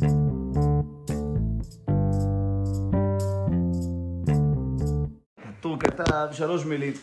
הטור כתב 3 מילים.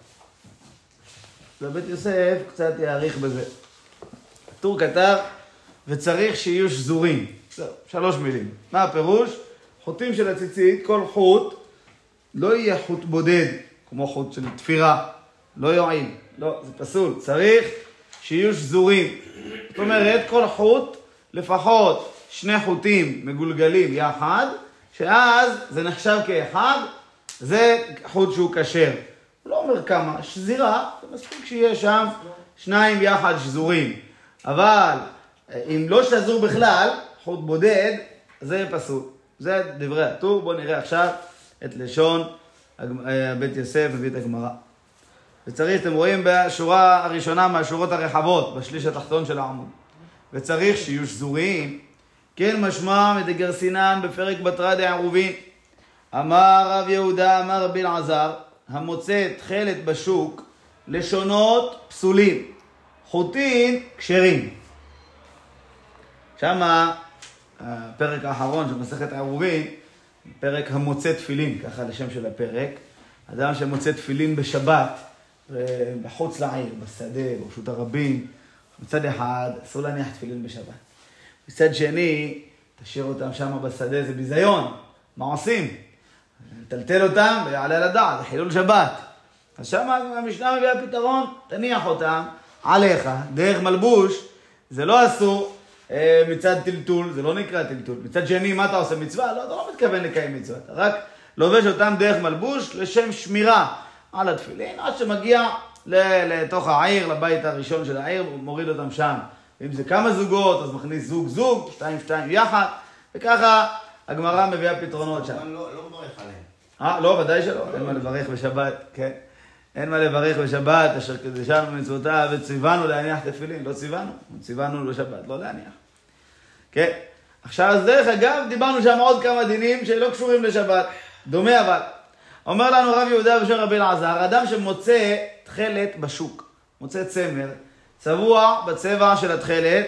ובית יוסף קצת יעריך בזה. הטור כתב, וצריך שיהיו שזורים. 3 מילים. מה הפירוש? חוטים של הציצית, כל חוט לא יהיה חוט בודד, כמו חוט של תפירה. לא יועיל. לא, זה פסול. צריך שיהיו שזורים. זאת אומרת, כל חוט, לפחות 2 חוטים מגולגלים יחד, שאז זה נחשב כאחד, זה חוט שהוא כשר. הוא לא אומר כמה, שזירה, זה מספיק שיהיה שם 2 יחד שזורים. אבל אם לא שזור בכלל, חוט בודד, זה פסול. זה דברי הטור. בואו נראה עכשיו את לשון בית יוסף ובית הגמרא. וצריך, אתם רואים בשורה הראשונה מהשורות הרחבות, בשליש התחתון של העמוד. וצריך שיהיו שזורים, כן משמע מדגרסינן בפרק בתרא דעירובין. אמר רב יהודה, אמר רבי אלעזר, המוצא תכלת בשוק, לשונות פסולים, חוטין כשרים. שמה, הפרק האחרון של מסכת עירובין, פרק המוצא תפילין, ככה לשם של הפרק. אדם שמוצא תפילין בשבת, בחוץ לעיר, בשדה, ברשות הרבים, מצד אחד, אסור להניח תפילין בשבת. מצד שני, תשאיר אותם שם בשדה, זה ביזיון. מה עושים? תלתל אותם ויעלה לדעת, זה חילול שבת. אז שם המשנה מביאה פתרון, תניח אותם עליך, דרך מלבוש, זה לא אסור מצד טלטול, זה לא נקרא טלטול. מצד שני, מה אתה עושה? מצווה? לא, אתה לא מתכוון לקיים מצווה, אתה רק לובש אותם דרך מלבוש לשם שמירה על התפילין, עד שמגיע לתוך העיר, לבית הראשון של העיר, מוריד אותם שם. ואם זה כמה זוגות, אז מכניס זוג, 2 יחד, וככה הגמרא מביאה פתרונות שם. לא מברך עליהם. לא, ודאי שלא. אין מה לברך בשבת, כן. אין מה לברך בשבת, אשר קדשנו במצוותיו וציוונו להניח תפילין. לא ציוונו בשבת, לא להניח. כן. עכשיו, אז דרך אגב, דיברנו שם עוד כמה דינים שלא קשורים לשבת. דומה אבל. אומר לנו רב יהודה בשם רבי אלעזר, אדם שמוצא תכלת בשוק, מוצא צמר, צבוע בצבע של התכלת,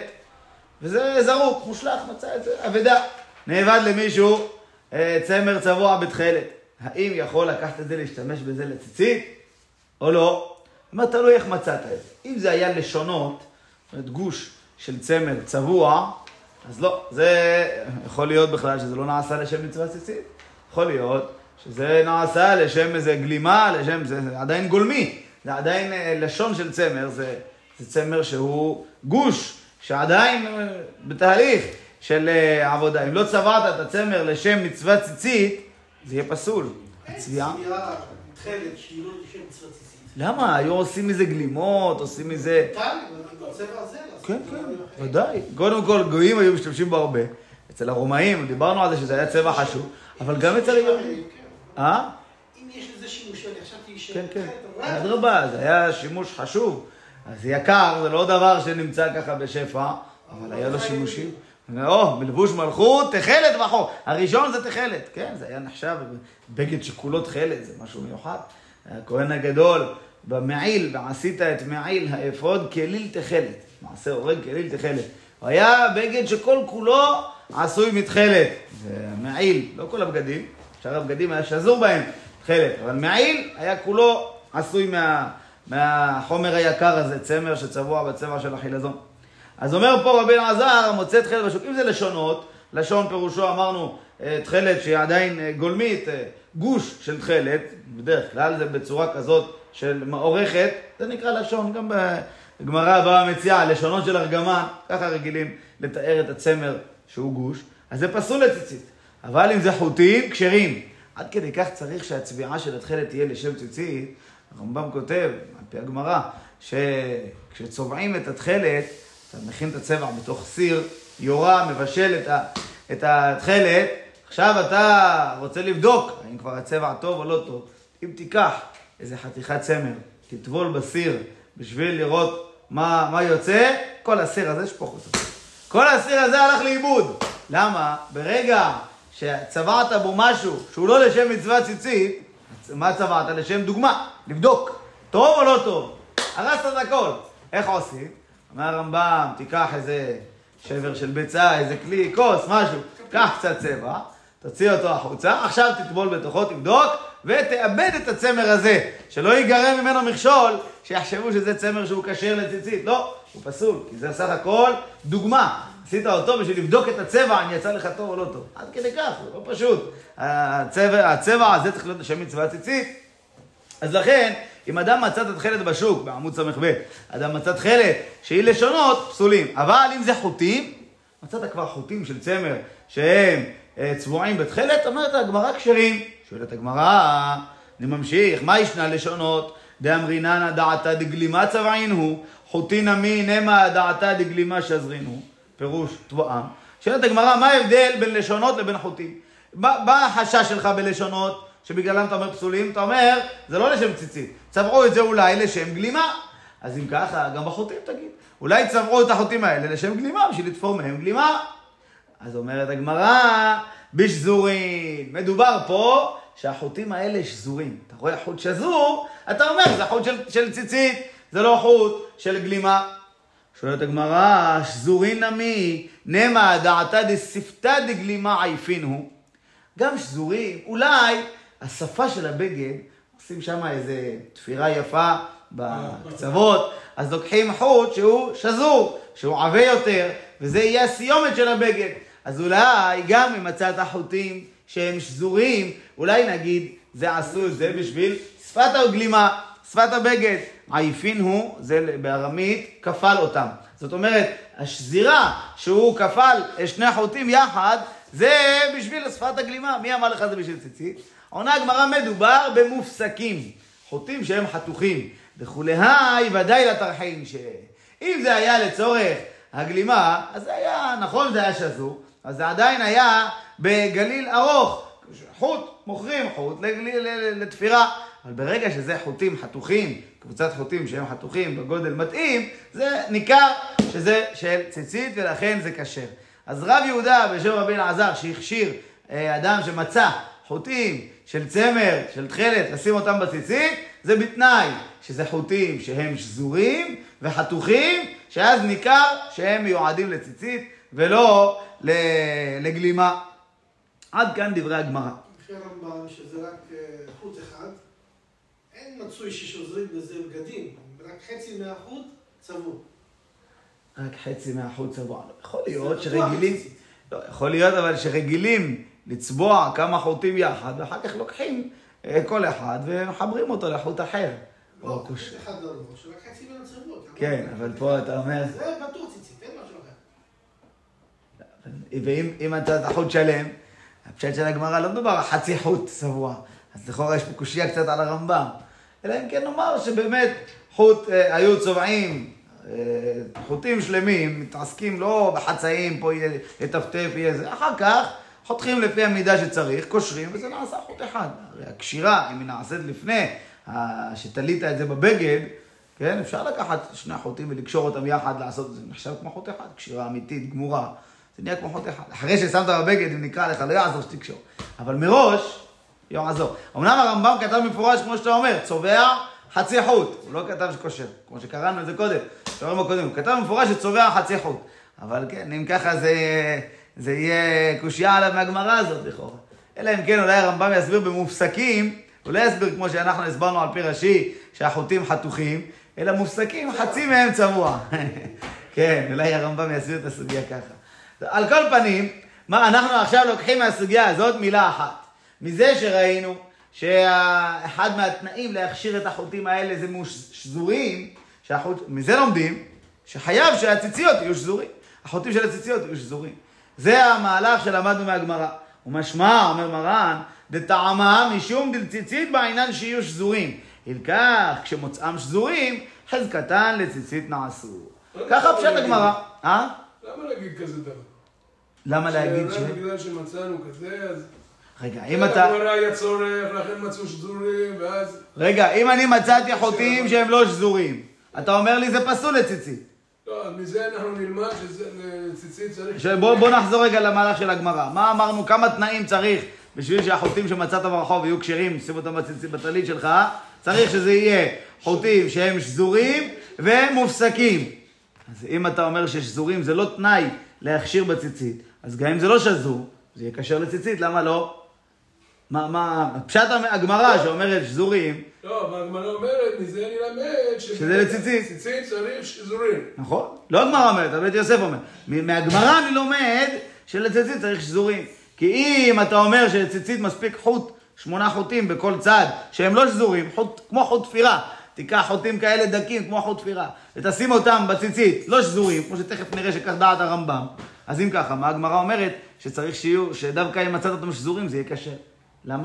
וזה זרוק, מושלך, מצא את זה, אבדה. נאבד למישהו צמר צבוע בתכלת. האם יכול לקחת את זה, להשתמש בזה לציצית, או לא? אומר, תלוי איך מצאת את זה. אם זה היה לשונות, זאת אומרת, גוש של צמר צבוע, אז לא. זה יכול להיות בכלל שזה לא נעשה לשם מצוות ציצית. יכול להיות שזה נעשה לשם איזה גלימה, זה עדיין גולמי. זה עדיין לשון של צמר, זה צמר שהוא גוש, שעדיין בתהליך של עבודה. אם לא צבעת את הצמר לשם מצוות ציצית, זה יהיה פסול. צביעה, תכלת, שהיא לא לשם מצוות ציצית. למה? היו עושים מזה גלימות, עושים מזה... טל, הצבע הזה. כן, ודאי. קודם כל, גויים היו משתמשים בו הרבה. אצל הרומאים, דיברנו על זה שזה היה צבע חשוב, אבל גם אצל היהודים. אם יש לזה שימוש, אני חשבתי ש... כן. אדרבה, זה היה שימוש חשוב. אז יקר, זה לא דבר שנמצא ככה בשפע, אבל היה לו שימושים. מלבוש מלכות, תכלת וחור. הראשון זה תכלת, כן? זה היה נחשב בגד שכולו תכלת, זה משהו מיוחד. הכהן הגדול, במעיל, ועשית את מעיל האפוד כליל תכלת. מעשה הורג כליל תכלת. הוא היה בגד שכל כולו עשוי מתכלת. זה מעיל, לא כל הבגדים. שאר הבגדים היה שזור בהם תכלת. אבל מעיל היה כולו עשוי מהחומר היקר הזה, צמר שצבוע בצבע של החילזון. אז אומר פה רבי אלעזר, מוצא תכלת בשוק. אם זה לשונות, לשון פירושו אמרנו תכלת שהיא עדיין גולמית, גוש של תכלת, בדרך כלל זה בצורה כזאת של מעורכת, זה נקרא לשון, גם בגמרא הבאה מציעה, לשונות של ארגמן, ככה רגילים לתאר את הצמר שהוא גוש, אז זה פסול לציצית. אבל אם זה חוטים, כשרים. עד כדי כך צריך שהצביעה של התכלת תהיה לשם ציצית. הרמב"ם כותב, על פי הגמרא, שכשצובעים את התכלת, אתה מכין את הצבע בתוך סיר, יורה, מבשל את התכלת, עכשיו אתה רוצה לבדוק האם כבר הצבע טוב או לא טוב. אם תיקח איזה חתיכת צמר, תטבול בסיר בשביל לראות מה יוצא, כל הסיר הזה שפוך אותו. כל הסיר הזה הלך לאיבוד. למה? ברגע שצבעת בו משהו שהוא לא לשם מצוות ציצית, מה צבעת? לשם דוגמה, לבדוק. טוב או לא טוב? הרסת את הכל. איך עושים? אומר הרמב"ם, תיקח איזה שבר של ביצה, איזה כלי, כוס, משהו, קח קצת צבע, תוציא אותו החוצה, עכשיו תטבול בתוכו, תבדוק, ותאבד את הצמר הזה, שלא ייגרם ממנו מכשול, שיחשבו שזה צמר שהוא כשר לציצית. לא, הוא פסול, כי זה סך הכל דוגמה. עשית אותו בשביל לבדוק את הצבע, אם יצא לך טוב או לא טוב. עד כדי כך, זה לא פשוט. הצבע הזה צריך להיות לשם מצווה ציצית. אז לכן, אם אדם מצא תכלת בשוק, בעמוד ס"ב, אדם מצא תכלת שהיא לשונות, פסולים. אבל אם זה חוטים, מצאת כבר חוטים של צמר שהם צבועים בתכלת, אומרת הגמרא כשרים. שואלת הגמרא, אני ממשיך, מה ישנה לשונות? דאמרינן דעתה דגלימה צבעין הוא, חוטין עמי נמה דעתה דגלימה שזרין הוא. פירוש תבועם. שואלת הגמרא, מה ההבדל בין לשונות לבין חוטים? מה החשש שלך בלשונות, שבגללם אתה אומר פסולים? אתה אומר, זה לא לשם ציצית. צבעו את זה אולי לשם גלימה. אז אם ככה, גם בחוטים תגיד. אולי צבעו את החוטים האלה לשם גלימה, בשביל לתפור מהם גלימה. אז אומרת הגמרא, בשזורים. מדובר פה שהחוטים האלה שזורים. אתה רואה חוט שזור, אתה אומר, זה חוט של ציצית, זה לא חוט של גלימה. שואלת הגמרא, שזורין נמי, נמה דעתה דספתה דגלימה עייפין הוא. גם שזורים, אולי השפה של הבגד, עושים שם איזה תפירה יפה בקצוות, אז לוקחים חוט שהוא שזור, שהוא עבה יותר, וזה יהיה הסיומת של הבגד. אז אולי גם אם מצאת החוטים שהם שזורים, אולי נגיד, זה עשו את זה בשביל שפת הגלימה, שפת הבגד. עייפין הוא, זה בארמית, כפל אותם. זאת אומרת, השזירה שהוא כפל שני חוטים יחד, זה בשביל שפת הגלימה. מי אמר לך זה בשביל ציצית? עונה הגמרא, מדובר במופסקים, חוטים שהם חתוכים. וכולי ודאי לתרחין שאם זה היה לצורך הגלימה, אז זה היה, נכון זה היה שזור, אז זה עדיין היה בגליל ארוך. חוט, מוכרים חוט לתפירה. אבל ברגע שזה חוטים חתוכים, קבוצת חוטים שהם חתוכים בגודל מתאים, זה ניכר שזה של ציצית ולכן זה כשר. אז רב יהודה בשם רבי אלעזר שהכשיר אדם שמצא חוטים של צמר, של תכלת, לשים אותם בציצית, זה בתנאי שזה חוטים שהם שזורים וחתוכים, שאז ניכר שהם מיועדים לציצית ולא לגלימה. עד כאן דברי הגמרא. לפי הרמב"ם שזה רק חוט אחד, אין מצוי ששוזרים בזה בגדים, רק חצי מהחוט צבוע. רק חצי מהחוט צבוע. יכול להיות שרגילים, לא, יכול להיות אבל שרגילים לצבוע כמה חוטים יחד, ואחר כך לוקחים כל אחד ומחברים אותו לחוט אחר. לא, חוט אחד לא, שרק חצי מן הצבוע. כן, אבל פה אתה אומר... זה בטוח ציצית, אין משהו אחר. ואם אתה חוט שלם, הפשט של הגמרא לא מדובר על חצי חוט צבוע. אז לכאורה יש פה קושיה קצת על הרמב"ם. אלא אם כן נאמר שבאמת חוט היו צובעים, חוטים שלמים, מתעסקים לא בחצאים, פה יטפטף, יהיה זה. אחר כך חותכים לפי המידה שצריך, קושרים, וזה נעשה חוט אחד. הרי הקשירה, אם היא נעשית לפני שתלית את זה בבגד, כן, אפשר לקחת שני חוטים ולקשור אותם יחד, לעשות את זה נחשב כמו חוט אחד, קשירה אמיתית, גמורה. זה נהיה כמו חוט אחד. אחרי ששמת בבגד, אם נקרא לך, לא יעזור שתקשור. אבל מראש, יעזור. אמנם הרמב"ם כתב מפורש, כמו שאתה אומר, צובע חצי חוט. הוא לא כתב שקושר, כמו שקראנו את זה קודם. הוא כתב מפורש שצובע חצי חוט. אבל כן, אם ככה זה יהיה קושיה עליו מהגמרא הזאת, לכאורה. אלא אם כן, אולי הרמב"ם יסביר במופסקים, הוא לא יסביר כמו שאנחנו הסברנו על פי רש"י, שהחוטים חתוכים, אלא מופסקים, חצי מהם צבוע. כן, אולי הרמב"ם יסביר את הסוגיה ככה. על כל פנים, מה אנחנו עכשיו לוקחים מהסוגיה הזאת מילה אחת. מזה שראינו שאחד מהתנאים להכשיר את החוטים האלה זה שזורים, מזה לומדים שחייב שהציציות יהיו שזורים. החוטים של הציציות יהיו שזורים. זה המהלך שלמדנו מהגמרא. ומשמע, אומר מרן, דטעמה משום דלציצית בעינן שיהיו שזורים. אלכך, כשמוצאם שזורים, חזקתן לציצית נעשו. ככה פשט הגמרא. למה להגיד כזה דבר? למה להגיד ש... בגלל שמצאנו כזה, אז... רגע, אם אתה... הגמרא היה צורך, לכן מצאו שזורים, ואז... רגע, אם אני מצאתי חוטים שהם לא שזורים, אתה אומר לי זה פסול לציצית. לא, מזה אנחנו נלמד שזה לציצית צריך... בוא נחזור רגע למהלך של הגמרא. מה אמרנו? כמה תנאים צריך בשביל שהחוטים שמצאת ברחוב יהיו כשרים, שים אותם בטלית שלך, צריך שזה יהיה חוטים שהם שזורים ומופסקים. אז אם אתה אומר ששזורים זה לא תנאי להכשיר בציצית. אז גם אם זה לא שזור, זה יהיה כשר לציצית, למה לא? פשט הגמרא שאומרת שזורים. לא, אבל הגמרא אומרת, מזה אני למד שזה לציצית. ציצית צריך שזורים. נכון? לא הגמרא אומרת, אבל בית יוסף אומר. מהגמרא אני לומד שלציצית צריך שזורים. כי אם אתה אומר שלציצית מספיק חוט, 8 חוטים בכל צד, שהם לא שזורים, כמו חוט תפירה. תיקח חוטים כאלה דקים כמו חוט תפירה, ותשים אותם בציצית, לא שזורים, כמו שתכף נראה שכך דעת הרמב"ם. אז אם ככה, מה הגמרא אומרת? שצריך שיהיו, שדווקא אם מצאת אותם שזורים זה יהיה כשר. למה?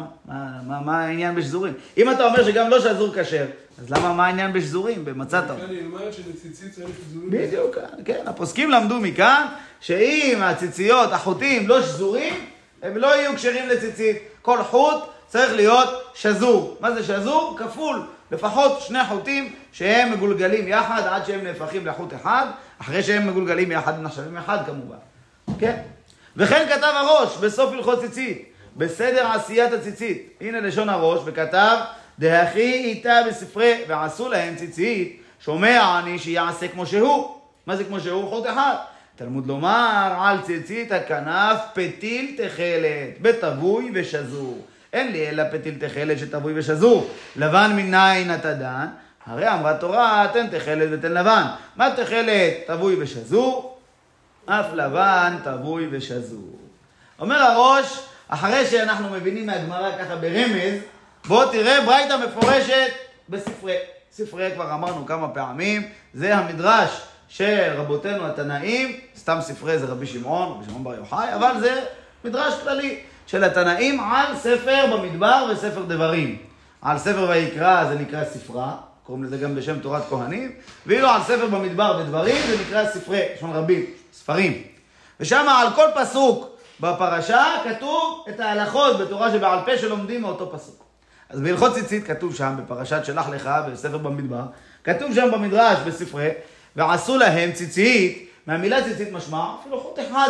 מה העניין בשזורים? אם אתה אומר שגם לא שזור כשר, אז למה מה העניין בשזורים? במצאת? אני אלמד שלציצית צריך שזורים. בדיוק, כן. הפוסקים למדו מכאן, שאם הציציות, החוטים לא שזורים, הם לא יהיו כשרים לציצית. כל חוט צריך להיות שזור. מה זה שזור? כפול. לפחות 2 חוטים שהם מגולגלים יחד עד שהם נהפכים לחוט אחד, אחרי שהם מגולגלים יחד נחשבים אחד כמובן. כן? וכן כתב הראש בסוף הלכות ציצית, בסדר עשיית הציצית. הנה לשון הראש, וכתב, דהכי איתה בספרי ועשו להם ציצית, שומע אני שיעשה כמו שהוא. מה זה כמו שהוא? חוט אחד. תלמוד לומר על ציצית הכנף פתיל תכלת, בתבוי ושזור. אין לי אלא פתיל תכלת שתבוי ושזור. לבן מניין אתה דן? הרי אמרה תורה, תן תכלת ותן לבן. מה תכלת? תבוי ושזור. אף לבן תבוי ושזור. אומר הראש, אחרי שאנחנו מבינים מהגמרא ככה ברמז, בוא תראה ברייתא מפורשת בספרי. ספרי כבר אמרנו כמה פעמים, זה המדרש של רבותינו התנאים, סתם ספרי זה רבי שמעון בר יוחאי, אבל זה מדרש כללי של התנאים על ספר במדבר וספר דברים. על ספר ויקרא זה נקרא ספרה, קוראים לזה גם בשם תורת כהנים, ואילו על ספר במדבר ודברים זה נקרא ספרי, לשון רבים, ספרים. ושם על כל פסוק בפרשה כתוב את ההלכות בתורה שבעל פה שלומדים מאותו פסוק. אז בהלכות ציצית כתוב שם בפרשת שלח לך בספר במדבר, כתוב שם במדרש בספרי, ועשו להם ציצית, מהמילה ציצית משמע אפילו חוט אחד.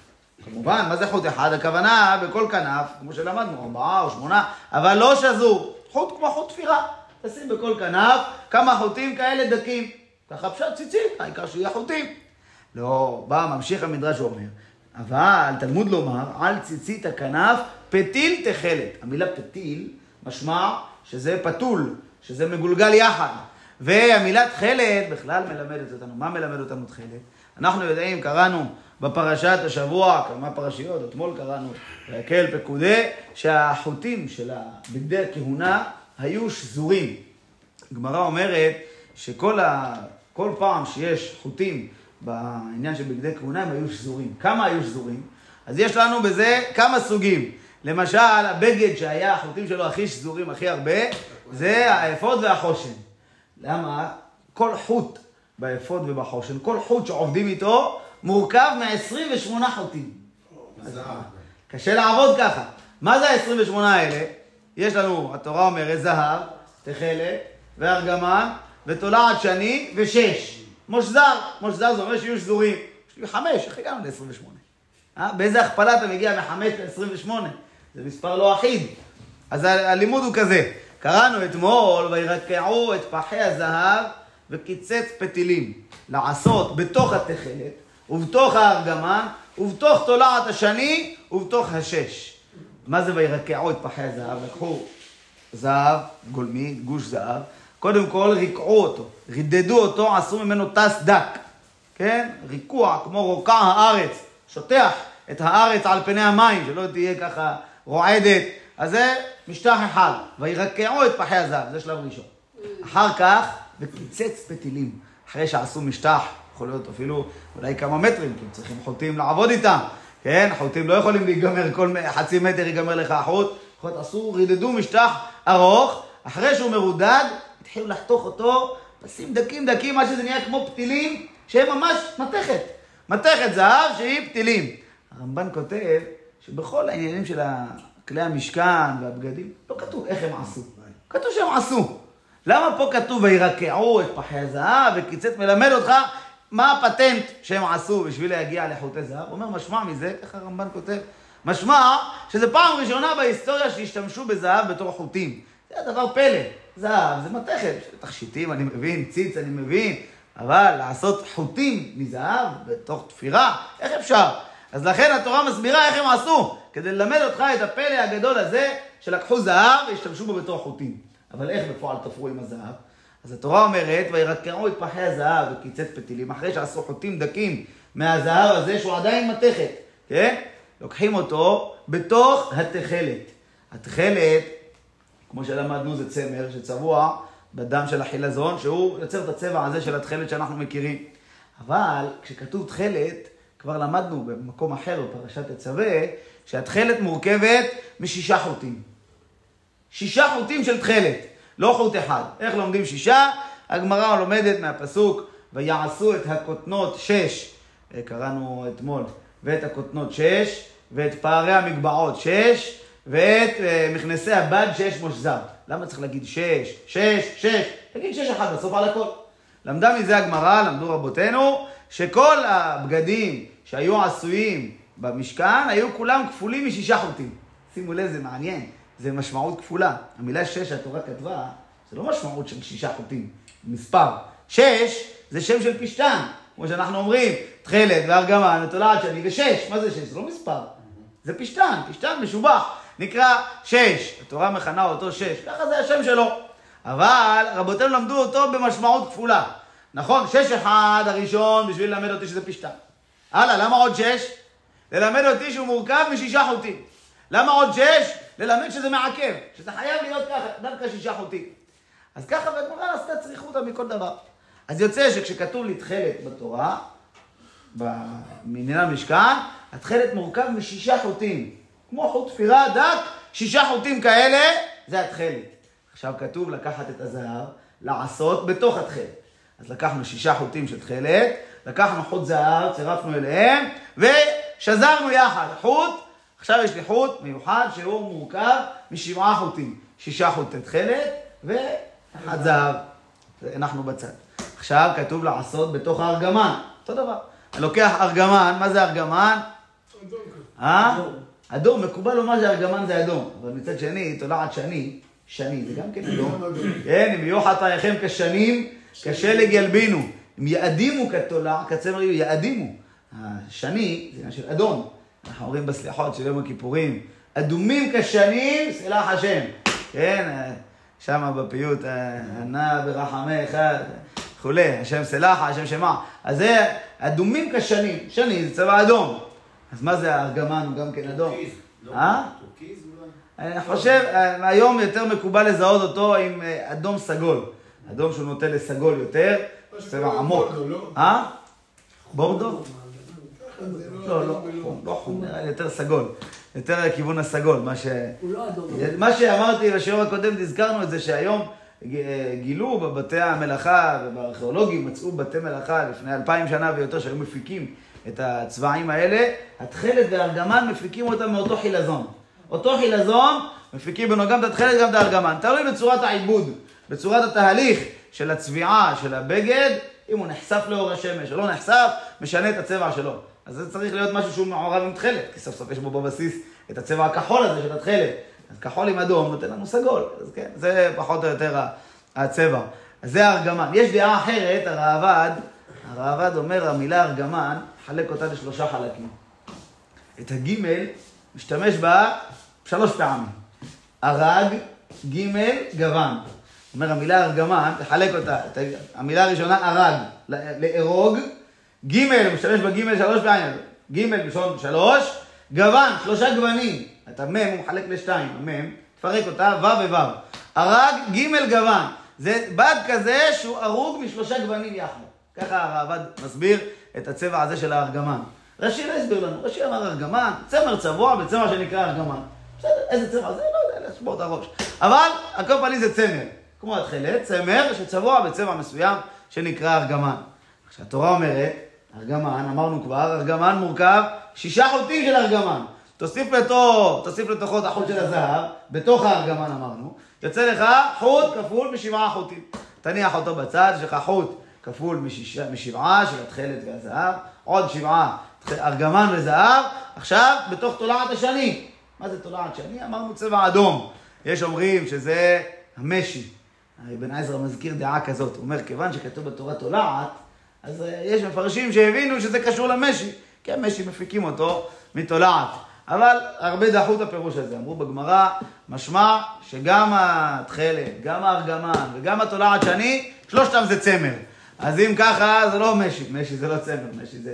כמובן, מה זה חוט אחד? הכוונה בכל כנף, כמו שלמדנו, 4 או 8, אבל לא שזור. חוט כמו חוט תפירה. תשים בכל כנף כמה חוטים כאלה דקים. ככה פשט ציצית, העיקר שיהיה חוטים. לא, בא, ממשיך המדרש ואומר, אבל תלמוד לומר, על ציצית הכנף פתיל תכלת. המילה פתיל משמע שזה פתול, שזה מגולגל יחד. והמילה תכלת בכלל מלמדת אותנו. מה מלמד אותנו תכלת? אנחנו יודעים, קראנו בפרשת השבוע, כמה פרשיות, אתמול קראנו, ויקל פקודי, שהחוטים של בגדי הכהונה היו שזורים. הגמרא אומרת כל פעם שיש חוטים בעניין של בגדי כהונה, הם היו שזורים. כמה היו שזורים? אז יש לנו בזה כמה סוגים. למשל, הבגד שהיה החוטים שלו הכי שזורים, הכי הרבה, זה האפוד והחושן. למה? כל חוט באפוד ובחושן, כל חוט שעובדים איתו, מורכב מ-28 חוטים. קשה לעבוד ככה. מה זה ה-28 האלה? יש לנו, התורה אומרת, זהב, תכלת, וארגמן, ותולעת שני, ו6. מושזר. מושזר זה אומר שיהיו שזורים. יש לי 5, איך הגענו ל-28? באיזה הכפלה אתה מגיע מ-5 ל-28? זה מספר לא אחיד. אז הלימוד הוא כזה. קראנו אתמול, וירקעו את פחי הזהב וקיצץ פתילים. לעשות בתוך התכלת, ובתוך הארגמן, ובתוך תולעת השני, ובתוך 6. מה זה וירקעו את פחי הזהב? לקחו זהב, גולמי, גוש זהב. קודם כל ריקעו אותו, רידדו אותו, עשו ממנו טס דק. כן? ריקוע, כמו רוקע הארץ. שוטח את הארץ על פני המים, שלא תהיה ככה רועדת. אז זה משטח אחד. וירקעו את פחי הזהב, זה שלב ראשון. אחר כך, וקיצץ פתילים. אחרי שעשו משטח, יכול להיות אפילו אולי כמה מטרים, כי צריכים חוטים לעבוד איתם. כן? חוטים לא יכולים להיגמר, כל חצי מטר ייגמר לך החוט. עשו, רידדו משטח ארוך. אחרי שהוא מרודד, התחילו לחתוך אותו, פסים דקים, מה שזה נהיה כמו פתילים, שהם ממש מתכת. מתכת זהב שהיא פתילים. הרמב"ן כותב שבכל העניינים של כלי המשכן והבגדים, לא כתוב איך הם עשו. כתוב שהם עשו. למה פה כתוב וירקעו את פחי הזהב וקיצץ? מלמד אותך מה הפטנט שהם עשו בשביל להגיע לחוטי זהב. הוא אומר, משמע מזה, ככה הרמב"ן כותב, משמע שזה פעם ראשונה בהיסטוריה שהשתמשו בזהב בתור חוטים. זה הדבר פלא. זהב, זה מתכת. תכשיטים, אני מבין, ציץ, אני מבין. אבל לעשות חוטים מזהב בתוך תפירה, איך אפשר? אז לכן התורה מסבירה איך הם עשו, כדי ללמד אותך את הפלא הגדול הזה, שלקחו זהב והשתמשו בו בתוך חוטים. אבל איך בפועל תפרו עם הזהב? אז התורה אומרת, וירקעו את פחי הזהב וקיצץ פתילים, אחרי שעשו חוטים דקים מהזהב הזה, שהוא עדיין מתכת, כן? לוקחים אותו בתוך התכלת. התכלת, כמו שלמדנו, זה צמר שצבוע בדם של החילזון, שהוא יוצר את הצבע הזה של התכלת שאנחנו מכירים. אבל כשכתוב תכלת, כבר למדנו במקום אחר בפרשת תצווה, שהתכלת מורכבת מ6 חוטים. 6 חוטים של תכלת, לא חוט אחד. איך לומדים 6? הגמרא לומדת מהפסוק, ויעשו את הכותנות 6, קראנו אתמול, ואת הכותנות 6, ואת פערי המגבעות 6, ואת מכנסי הבד 6 מושזר. למה צריך להגיד 6? 6, 6? תגיד 6 אחד בסוף על הכל. למדה מזה הגמרא, למדו רבותינו, שכל הבגדים שהיו עשויים במשכן, היו כולם כפולים מ6 חוטים. שימו לב, זה מעניין, זה משמעות כפולה. המילה 6 התורה כתבה, זה לא משמעות של 6 חוטים, מספר. 6 זה שם של פשטן, כמו שאנחנו אומרים, תכלת וארגמן, תולעת שני ו6. מה זה 6? זה לא מספר, זה פשטן, פשטן משובח, נקרא 6. התורה מכנה אותו 6, ככה זה השם שלו. אבל רבותינו למדו אותו במשמעות כפולה. נכון, 6-1 הראשון בשביל ללמד אותי שזה פשטן. הלאה, למה עוד 6? ללמד אותי שהוא מורכב מ6 חוטים. למה עוד 6? ללמד שזה מעכב, שזה חייב להיות ככה, דווקא 6 חוטים. אז ככה והגמרא עשתה צריכותא מכל דבר. אז יוצא שכשכתוב לי תכלת בתורה, במניין המשכן, התכלת מורכב מ6 חוטים. כמו חוט תפירה דק, 6 חוטים כאלה, זה התכלת. עכשיו כתוב לקחת את הזהב, לעשות בתוך התכלת. אז לקחנו 6 חוטים של תכלת, לקחנו חוט זהב, צירפנו אליהם, ושזרנו יחד חוט. עכשיו יש לי חוט מיוחד שהוא מורכב מ7 חוטים. 6 חוטי תכלת ואחד זהב. אנחנו בצד. עכשיו כתוב לעשות בתוך הארגמן. אותו דבר. אני לוקח ארגמן, מה זה ארגמן? אדום. אדום, מקובל לומר שארגמן זה אדום. אבל מצד שני, תולעת שני, שני, זה גם כן אדום. כן, אם יהיו חטאיכם כשנים, כשלג ילבינו. אם יאדימו כתולע, כצמר יאדימו. השני, זה עניין של אדום. אנחנו אומרים בסליחות של יום הכיפורים, אדומים כשנים, סלח השם. כן, שם בפיוט, ענה ברחמך, וכולי, השם סלח, השם שמע. אז זה אדומים כשנים, שני זה צבע אדום. אז מה זה הארגמן? הוא גם כן אדום. טורקיז אולי? אני חושב, היום יותר מקובל לזהות אותו עם אדום סגול. אדום שהוא נוטה לסגול יותר, צבע עמוק. בורדו? לא חום, יותר סגול. יותר לכיוון הסגול. מה שאמרתי בשיעור הקודם, הזכרנו את זה שהיום גילו בבתי המלאכה ובארכיאולוגים מצאו בתי מלאכה לפני 2000 שנה ויותר שהיו מפיקים את הצבעים האלה. התכלת והארגמן מפיקים אותם מאותו חילזון. אותו חילזון מפיקים בנו גם את התכלת גם את הארגמן. תלוי בצורת העיבוד, בצורת התהליך של הצביעה של הבגד, אם הוא נחשף לאור השמש או לא נחשף, משנה את הצבע שלו. אז זה צריך להיות משהו שהוא מעורב עם תכלת, כי סוף סוף יש בו בבסיס את הצבע הכחול הזה של התכלת. אז כחול עם אדום נותן לנו סגול, אז כן, זה פחות או יותר הצבע. אז זה הארגמן. יש דעה אחרת, הרעב"ד אומר, המילה ארגמן, חלק אותה ל3 חלקים. את הגימל משתמש בה 3 פעמים. ארג, גימל, גוון. אומר, המילה ארגמן, תחלק אותה. המילה הראשונה, ארג, לארוג. גימל, הוא משתמש בגימל 3 פעמים. גימל בשון 3. גוון, 3 גוונים. את המם הוא מחלק ל2. המם, תפרק אותה, וו ווו. ארג, גימל, גוון. זה בד כזה שהוא ארוג מ3 גוונים יחד. ככה הרעב"ד מסביר את הצבע הזה של הארגמן. רש"י לא הסביר לנו. רש"י אמר ארגמן, צמר צבוע בצמר שנקרא ארגמן. בסדר, איזה צמר זה? לא יודע, לשבור את הראש. אבל הכל פעמים זה צמר. כמו התכלת, צמר שצבוע בצבע מסוים שנקרא ארגמן. עכשיו, התורה אומרת, ארגמן, אמרנו כבר, ארגמן מורכב 6 חוטים של ארגמן. תוסיף לתוכו את החוט של הזהב, בתוך הארגמן אמרנו, יוצא לך חוט כפול מ7 חוטים. תניח אותו בצד, יש לך חוט כפול מ7 של התכלת והזהב, עוד 7 ארגמן וזהב, עכשיו בתוך תולעת השני. מה זה תולעת שני? אמרנו צבע אדום. יש אומרים שזה המשי. בן עזרא מזכיר דעה כזאת, הוא אומר, כיוון שכתוב בתורה תולעת, אז יש מפרשים שהבינו שזה קשור למשי, כי המשי מפיקים אותו מתולעת. אבל הרבה דחו את הפירוש הזה, אמרו בגמרא, משמע שגם התכלת, גם הארגמן וגם התולעת שני, שלושתם זה צמר. אז אם ככה, זה לא משי, משי זה לא צמר, משי זה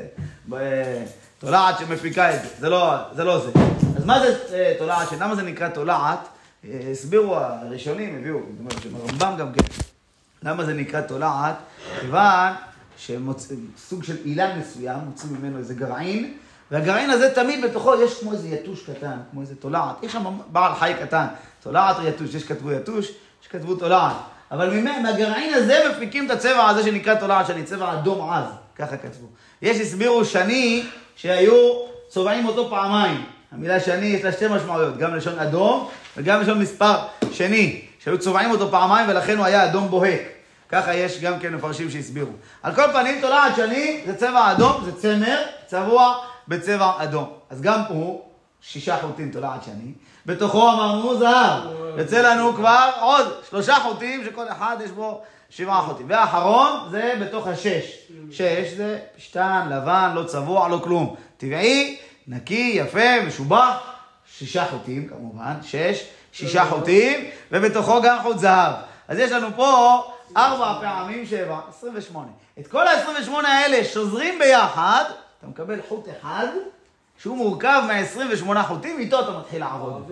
תולעת שמפיקה את זה, זה לא זה. אז מה זה תולעת? למה זה נקרא תולעת? הסבירו הראשונים, הביאו, הרמב"ם גם כן, למה זה נקרא תולעת? כיוון שסוג של אילן מסוים, מוצאים ממנו איזה גרעין, והגרעין הזה תמיד בתוכו יש כמו איזה יתוש קטן, כמו איזה תולעת. יש שם בעל חי קטן, תולעת או יתוש, יש כתבו יתוש, יש כתבו תולעת. אבל מהגרעין הזה מפיקים את הצבע הזה שנקרא תולעת שני, צבע אדום עז, ככה כתבו. יש הסבירו שני שהיו צובעים אותו פעמיים. המילה שני יש לה שתי משמעויות, גם לשון אדום וגם לשון מספר שני, שהיו צובעים אותו פעמיים ולכן הוא היה אדום בוהק. ככה יש גם כן מפרשים שהסבירו. על כל פנים תולעת שני זה צבע אדום, זה צמר, צבוע בצבע אדום. אז גם הוא 6 חוטים תולעת שני, בתוכו אמרנו זהב. יוצא לנו כבר עוד 3 חוטים שכל אחד יש בו 7 חוטים. והאחרון זה בתוך 6. 6 זה פשטן, לבן, לא צבוע, לא כלום. טבעי, נקי, יפה, משובח. 6 חוטים כמובן, 6 חוטים, ובתוכו גם חוט זהב. אז יש לנו פה 4 פעמים 7, 28. את כל ה-28 האלה שוזרים ביחד, אתה מקבל חוט אחד, שהוא מורכב מה-28 חוטים, איתו אתה מתחיל לעבוד.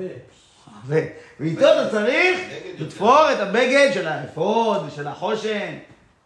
ואיתו אתה צריך לתפור את הבגד של האפוד ושל החושן.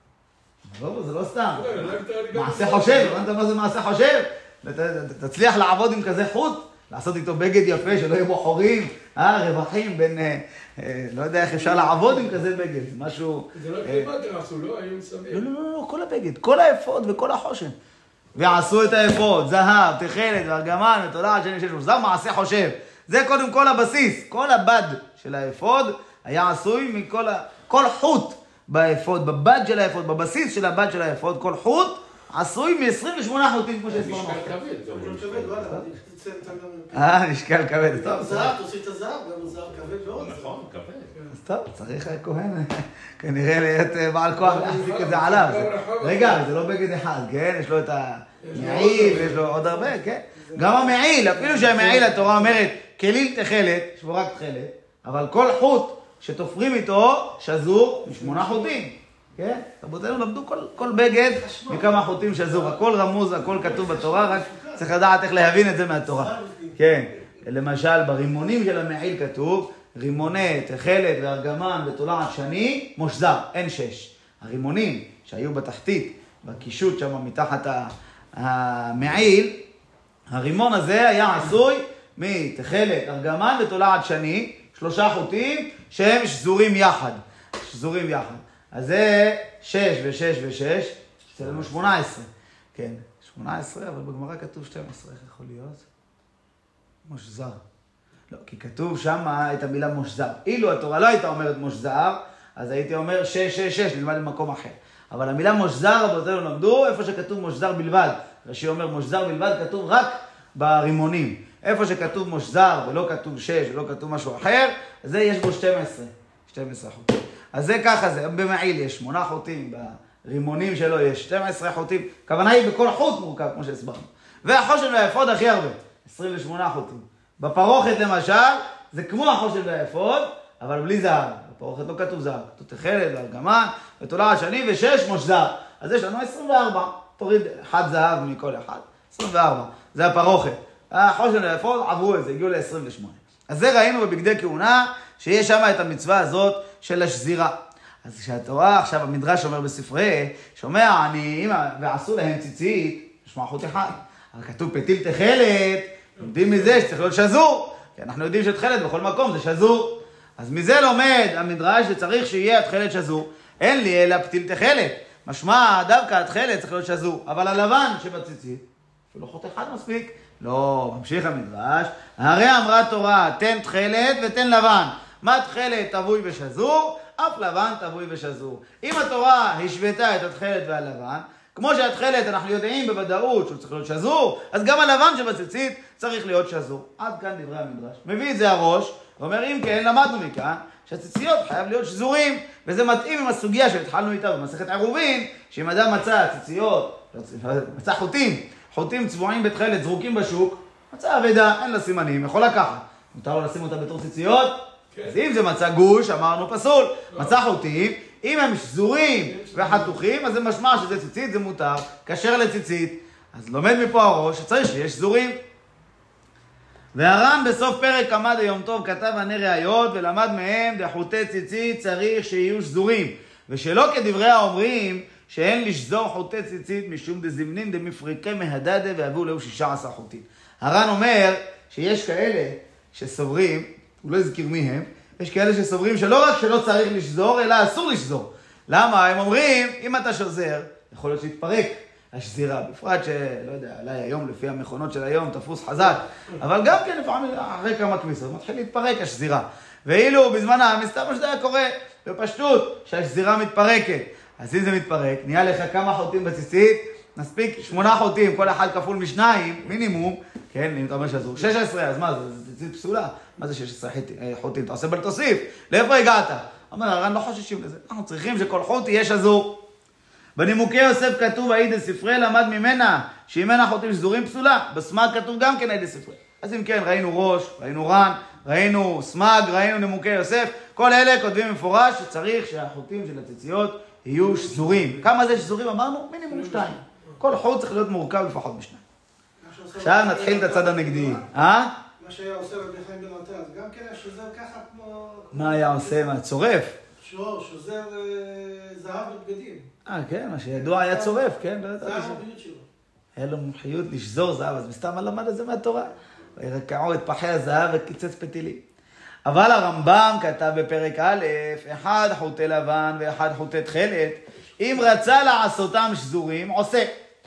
זה לא סתם. מעשה חושב, הבנת מה זה מעשה חושב? תצליח לעבוד עם כזה חוט, לעשות איתו בגד יפה, שלא יהיו בו חורים, רווחים בין, לא יודע איך אפשר לעבוד עם כזה בגד, זה משהו... זה לא קליפטר עשו, לא? היו מסביב. לא, כל הבגד, כל האפוד וכל החושן. ועשו את האפוד, זהב, תכלת וארגמן ותולעת שני שש, זה מעשה חושב. זה קודם כל הבסיס, כל הבד של האפוד היה עשוי מכל כל חוט באפוד, בבד של האפוד, בבסיס של הבד של האפוד, כל חוט עשוי מ-28 חוטים כמו שהסברנו. משקל כבד. משקל כבד. גם זהב, תוסיף את הזהב, גם זהב כבד ועוד. נכון, כבד. אז טוב, צריך הכהן כנראה להיות בעל כוח להחזיק את זה עליו. רגע, זה לא בגד אחד, כן? יש לו את המעיל, ויש לו עוד הרבה, כן? גם המעיל, אפילו שהמעיל התורה אומרת, כליל תכלת, יש בו רק תכלת, אבל כל חוט שתופרים איתו שזור מ8 חוטים. כן? רבותינו למדו כל בגד מכמה חוטים שזור. הכל רמוז, הכל כתוב בתורה, רק צריך לדעת איך להבין את זה מהתורה. כן. למשל, ברימונים של המעיל כתוב, רימוני תכלת וארגמן ותולעת שני, מושזר, אין 6. הרימונים שהיו בתחתית, בקישוט שם מתחת המעיל, הרימון הזה היה עשוי מתכלת, ארגמן ותולעת שני, 3 חוטים שהם שזורים יחד. אז זה 6 ו6 ו6, אצלנו 18. כן, 18, אבל בגמרא כתוב 12, איך יכול להיות? מושזר. לא, כי כתוב שם את המילה מושזר. אילו התורה לא הייתה אומרת מושזר, אז הייתי אומר 6, 6, 6, נלמד במקום אחר. אבל המילה מושזר, רבותינו למדו, איפה שכתוב מושזר בלבד. רש"י אומר מושזר בלבד, כתוב רק ברימונים. איפה שכתוב מושזר ולא כתוב 6 ולא כתוב משהו אחר, אז זה יש בו 12 חוטים. אז זה ככה, זה במעיל יש 8 חוטים, ברימונים שלו יש 12 חוטים. הכוונה היא בכל חוט מורכב, כמו שהסברנו. והחושן והאפוד הכי הרבה, 28 חוטים. בפרוכת למשל, זה כמו החושן והאפוד, אבל בלי זהב. בפרוכת לא כתוב זהב, כתוב תכלת וארגמן ותולעת שני ו6 מושזר. אז יש לנו 24, תוריד 1 זהב מכל אחד, 24. זה הפרוכת. החושן והאפוד עברו את זה, הגיעו ל-28. אז זה ראינו בבגדי כהונה, שיש שם את המצווה הזאת של השזירה. אז כשהתורה, עכשיו המדרש אומר בספרי, שומע עניים ועשו להם ציצית, משמע חוט אחד. אבל כתוב פתיל תכלת, יודעים מזה שצריך להיות שזור, כי אנחנו יודעים שתכלת בכל מקום זה שזור. אז מזה לומד המדרש שצריך שיהיה התכלת שזור. אין לי אלא פתיל תכלת. משמע דווקא התכלת צריך להיות שזור, אבל הלבן שבציצית, אפילו חוט אחד מספיק. לא, ממשיך המדרש, הרי אמרה תורה, תן תכלת ותן לבן. מה תכלת תבוי ושזור, אף לבן תבוי ושזור. אם התורה השוותה את התכלת והלבן, כמו שהתכלת אנחנו יודעים בוודאות שהוא צריך להיות שזור, אז גם הלבן שבציצית צריך להיות שזור. עד כאן דברי המדרש. מביא את זה הראש, ואומר אם כן, למדנו מכאן שהציציות חייב להיות שזורים, וזה מתאים עם הסוגיה שהתחלנו איתה במסכת עירובין, שאם אדם מצא ציציות, מצא חוטים צבועים בתכלת, זרוקים בשוק, מצא אבדה, אין לה סימנים, יכול לקחת. מותר לו לשים אותה בתור ציציות? אז אם זה מצא גוש, אמרנו פסול. מצא חוטים, אם הם שזורים וחתוכים, אז זה משמע שזה ציצית, זה מותר, כשר לציצית. אז לומד מפה הראש שצריך שיש שזורים. והר"ן בסוף פרק עמד היום טוב כתב עני ראיות ולמד מהם דחוטי ציצית צריך שיהיו שזורים. ושלא כדברי האומרים שאין לשזור חוטי ציצית משום דזמנין דמפריקי מהדדה והביאו לו 16 חוטים. הר"ן אומר שיש כאלה שסוברים, הוא לא הזכיר מי הם, יש כאלה שסוברים שלא רק שלא צריך לשזור, אלא אסור לשזור. למה? הם אומרים, אם אתה שוזר, יכול להיות שיתפרק השזירה, בפרט שלא יודע, אולי היום לפי המכונות של היום תפוס חזק, אבל גם כן לפעמים אחרי כמה כניסות מתחיל להתפרק השזירה. ואילו בזמן מסתבר שזה היה קורה בפשטות, שהשזירה מתפרקת. אז אם זה מתפרק, נהיה לך כמה חוטים בציצית, נספיק 8 חוטים, כל אחד כפול משניים, מינימום, כן, אם אתה אומר שזור 16, אז מה, זה ציצית פסולה? מה זה 16 חוטים? אתה עושה בל תוסיף, לאיפה הגעת? אומר, הר"ן לא חוששים לזה, אנחנו צריכים שכל חוט יהיה שזור. בנימוקי יוסף כתוב, העיד ספרי למד ממנה, שאם אין החוטים שזורים פסולה, בסמ"ג כתוב גם כן העיד ספרי. אז אם כן, ראינו ראש, ראינו ר"ן, ראינו סמ"ג, ראינו נימוקי יוסף, כל אלה כותבים מפורש שצריך שהחוטים של הציציות יהיו שזורים. כמה זה שזורים? אמרנו, מינימום 2. כל חוט צריך להיות מורכב לפחות מ2. עכשיו נתחיל את הצד הנגדי. מה שהיה עושה רבי חיים בן עטר, גם כן היה שוזר ככה כמו... מה היה עושה? מה, צורף? שוזר זהב בבגדים. כן, מה שידוע היה צורף, כן? זה המומחיות שלו. היה לו מומחיות לשזור זהב, אז מסתם למד את זה מהתורה. רקעו את פחי הזהב וקיצץ פתילים. אבל הרמב"ם כתב בפרק א', 1 חוטי לבן ו1 חוטי תכלת, אם רצה לעשותם שזורים, עושה.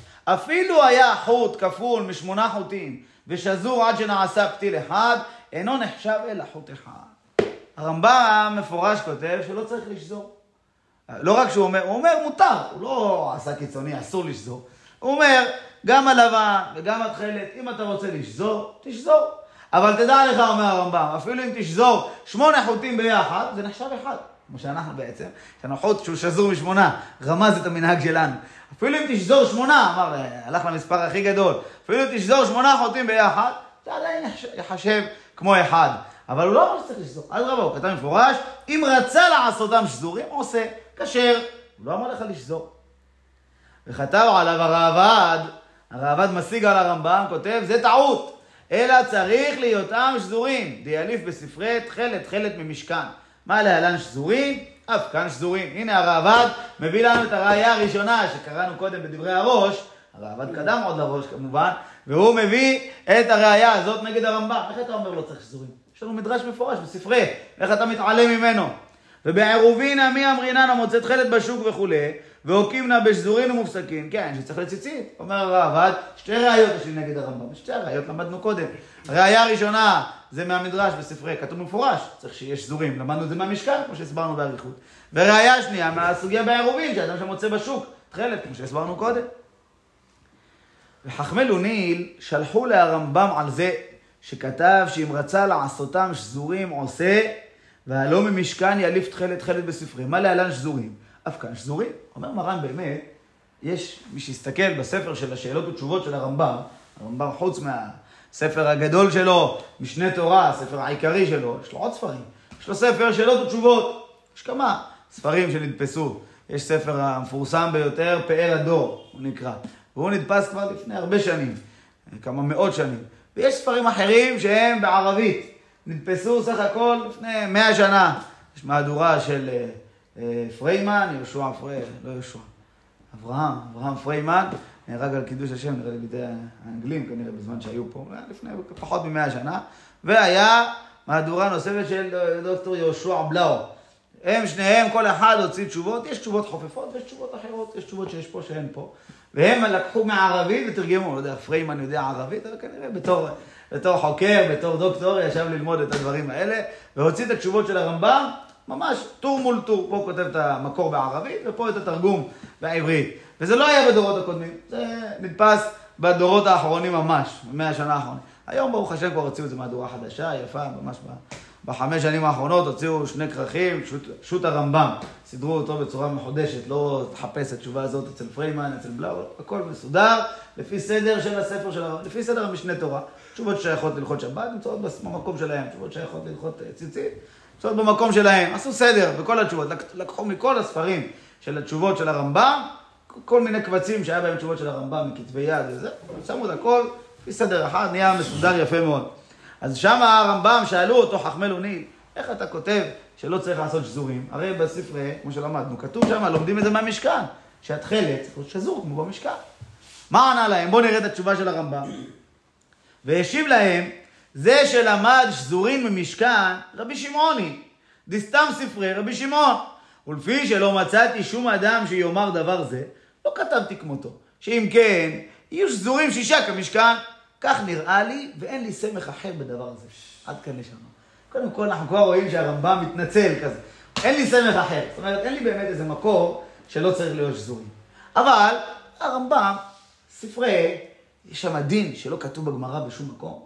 אפילו היה חוט כפול מ8 חוטים ושזור עד שנעשה פתיל אחד, אינו נחשב אלא חוט אחד. הרמב"ם מפורש כותב שלא צריך לשזור. לא רק שהוא אומר, הוא אומר מותר, הוא לא עשה קיצוני, אסור לשזור. הוא אומר, גם הלבן וגם התכלת, אם אתה רוצה לשזור, תשזור. אבל תדע לך, אומר הרמב"ם, אפילו אם תשזור 8 חוטים ביחד, זה נחשב אחד. כמו שאנחנו בעצם, יש לנו חוט שהוא שזור מ8, רמז את המנהג שלנו. אפילו אם תשזור 8, אמר, הלך למספר הכי גדול, אפילו אם תשזור 8 חוטים ביחד, זה עדיין יחשב כמו אחד. אבל הוא לא אמר שצריך לשזור. אז רבו, הוא כתב מפורש, אם רצה לעשותם שזורים, עושה, כשר. הוא לא אמר לך לשזור. וכתב עליו הרעב"ד משיג על הרמב"ם, כותב, זה טעות. אלא צריך להיותם שזורים. דיאליף בספרי תכלת ממשכן. מה להלן שזורים? אף כאן שזורים. הנה הרעב"ד מביא לנו את הראייה הראשונה שקראנו קודם בדברי הראש. הרעב"ד קדם עוד לראש כמובן. והוא מביא את הראייה הזאת נגד הרמב"ם. איך אתה אומר לא צריך שזורים? יש לנו מדרש מפורש בספרי. איך אתה מתעלם ממנו? ובעירובין מי אמרינן המוצא תכלת בשוק וכו', והוקימנה בשזורין ומופסקין. כן, שצריך לציצית. אומר הרעב"ד, 2 ראיות יש לי נגד הרמב"ם. 2 ראיות למדנו קודם. הראייה הראשונה זה מהמדרש בספרי, כתוב מפורש, צריך שיש שזורים. למדנו את זה מהמשכן, כמו שהסברנו באריכות. וראייה שנייה מהסוגיה בעירובין, שאדם שמוצא בשוק תכלת, כמו שהסברנו קודם. וחכמי לוניל שלחו להרמב"ם על זה שכתב שאם רצה לעשותם שזורים עושה, והלא ממשכן יאליף תכלת בספרי. מה להלן שזורים? אף כאן שזורים. אומר מרן באמת, יש מי שיסתכל בספר של השאלות ותשובות של הרמב"ם חוץ מהספר הגדול שלו, משנה תורה, הספר העיקרי שלו, יש לו עוד ספרים. יש לו ספר שאלות ותשובות. יש כמה ספרים שנדפסו. יש ספר המפורסם ביותר, פאר הדור, הוא נקרא. והוא נדפס כבר לפני הרבה שנים, כמה מאות שנים. ויש ספרים אחרים שהם בערבית. נדפסו סך הכל לפני 100 שנה. יש מהדורה של פריימן, אברהם פריימן, נהרג על קידוש השם, נראה לי בידי האנגלים, כנראה בזמן שהיו פה, לפני פחות מ100 שנה. והיה מהדורה נוספת של דוקטור יהושע בלאו. הם שניהם, כל אחד הוציא תשובות, יש תשובות חופפות ויש תשובות אחרות, יש תשובות שיש פה שאין פה. והם לקחו מערבית ותרגמו, לא יודע, פריימן יודע ערבית, אבל כנראה בתור חוקר, בתור דוקטור, ישב ללמוד את הדברים האלה, והוציא את התשובות של הרמב"ם, ממש טור מול טור. פה כותב את המקור בערבית, ופה את התרגום בעברית. וזה לא היה בדורות הקודמים, זה נדפס בדורות האחרונים ממש, 100 שנה האחרונים. היום ברוך השם כבר הוציאו את זה מהדורה חדשה, יפה, ממש ב5 שנים האחרונות הוציאו 2 כרכים, שו"ת הרמב"ם. סידרו אותו בצורה מחודשת, לא תחפש את התשובה הזאת אצל פריימן, אצל בלאו, הכל מסודר, לפי סדר של הספר של הרמב"ם, לפי סדר המשנה תורה. תשובות שייכות להלכות שבת, נמצאות במקום שלהם, תשובות שייכות להלכות ציצית, נמצאות במקום שלהם, עשו סדר בכל התשובות, לקחו מכל הספרים של התשובות של הרמב"ם, כל מיני קבצים שהיה בהם תשובות של הרמב"ם מכתבי יד וזה, שמו את הכל, לפי סדר אחד, נהיה מסודר יפה מאוד. אז שם הרמב"ם שאלו אותו חכמי לוניל, איך אתה כותב שלא צריך לעשות שזורים? הרי בספרי, כמו שלמדנו, כתוב שם, לומדים את זה מהמשכן, שהתכלת צריך להיות שזור כמו במשכן. מה ענה להם? בואו נראה את התשובה של הרמב"ם. והשיב להם, זה שלמד שזורים ממשכן, רבי שמעוני, דסתם ספרי רבי שמעון. ולפי שלא מצאתי שום אדם שיאמר דבר זה, לא כתבתי כמותו. שאם כן, יהיו שזורים 6 כמשכן. כך נראה לי, ואין לי סמך אחר בדבר הזה. עד כאן לשם. קודם כל, אנחנו כבר רואים שהרמב"ם מתנצל כזה. אין לי סמך אחר. זאת אומרת, אין לי באמת איזה מקור שלא צריך להיות שזורים. אבל הרמב"ם, ספרי, יש שם דין שלא כתוב בגמרא בשום מקום.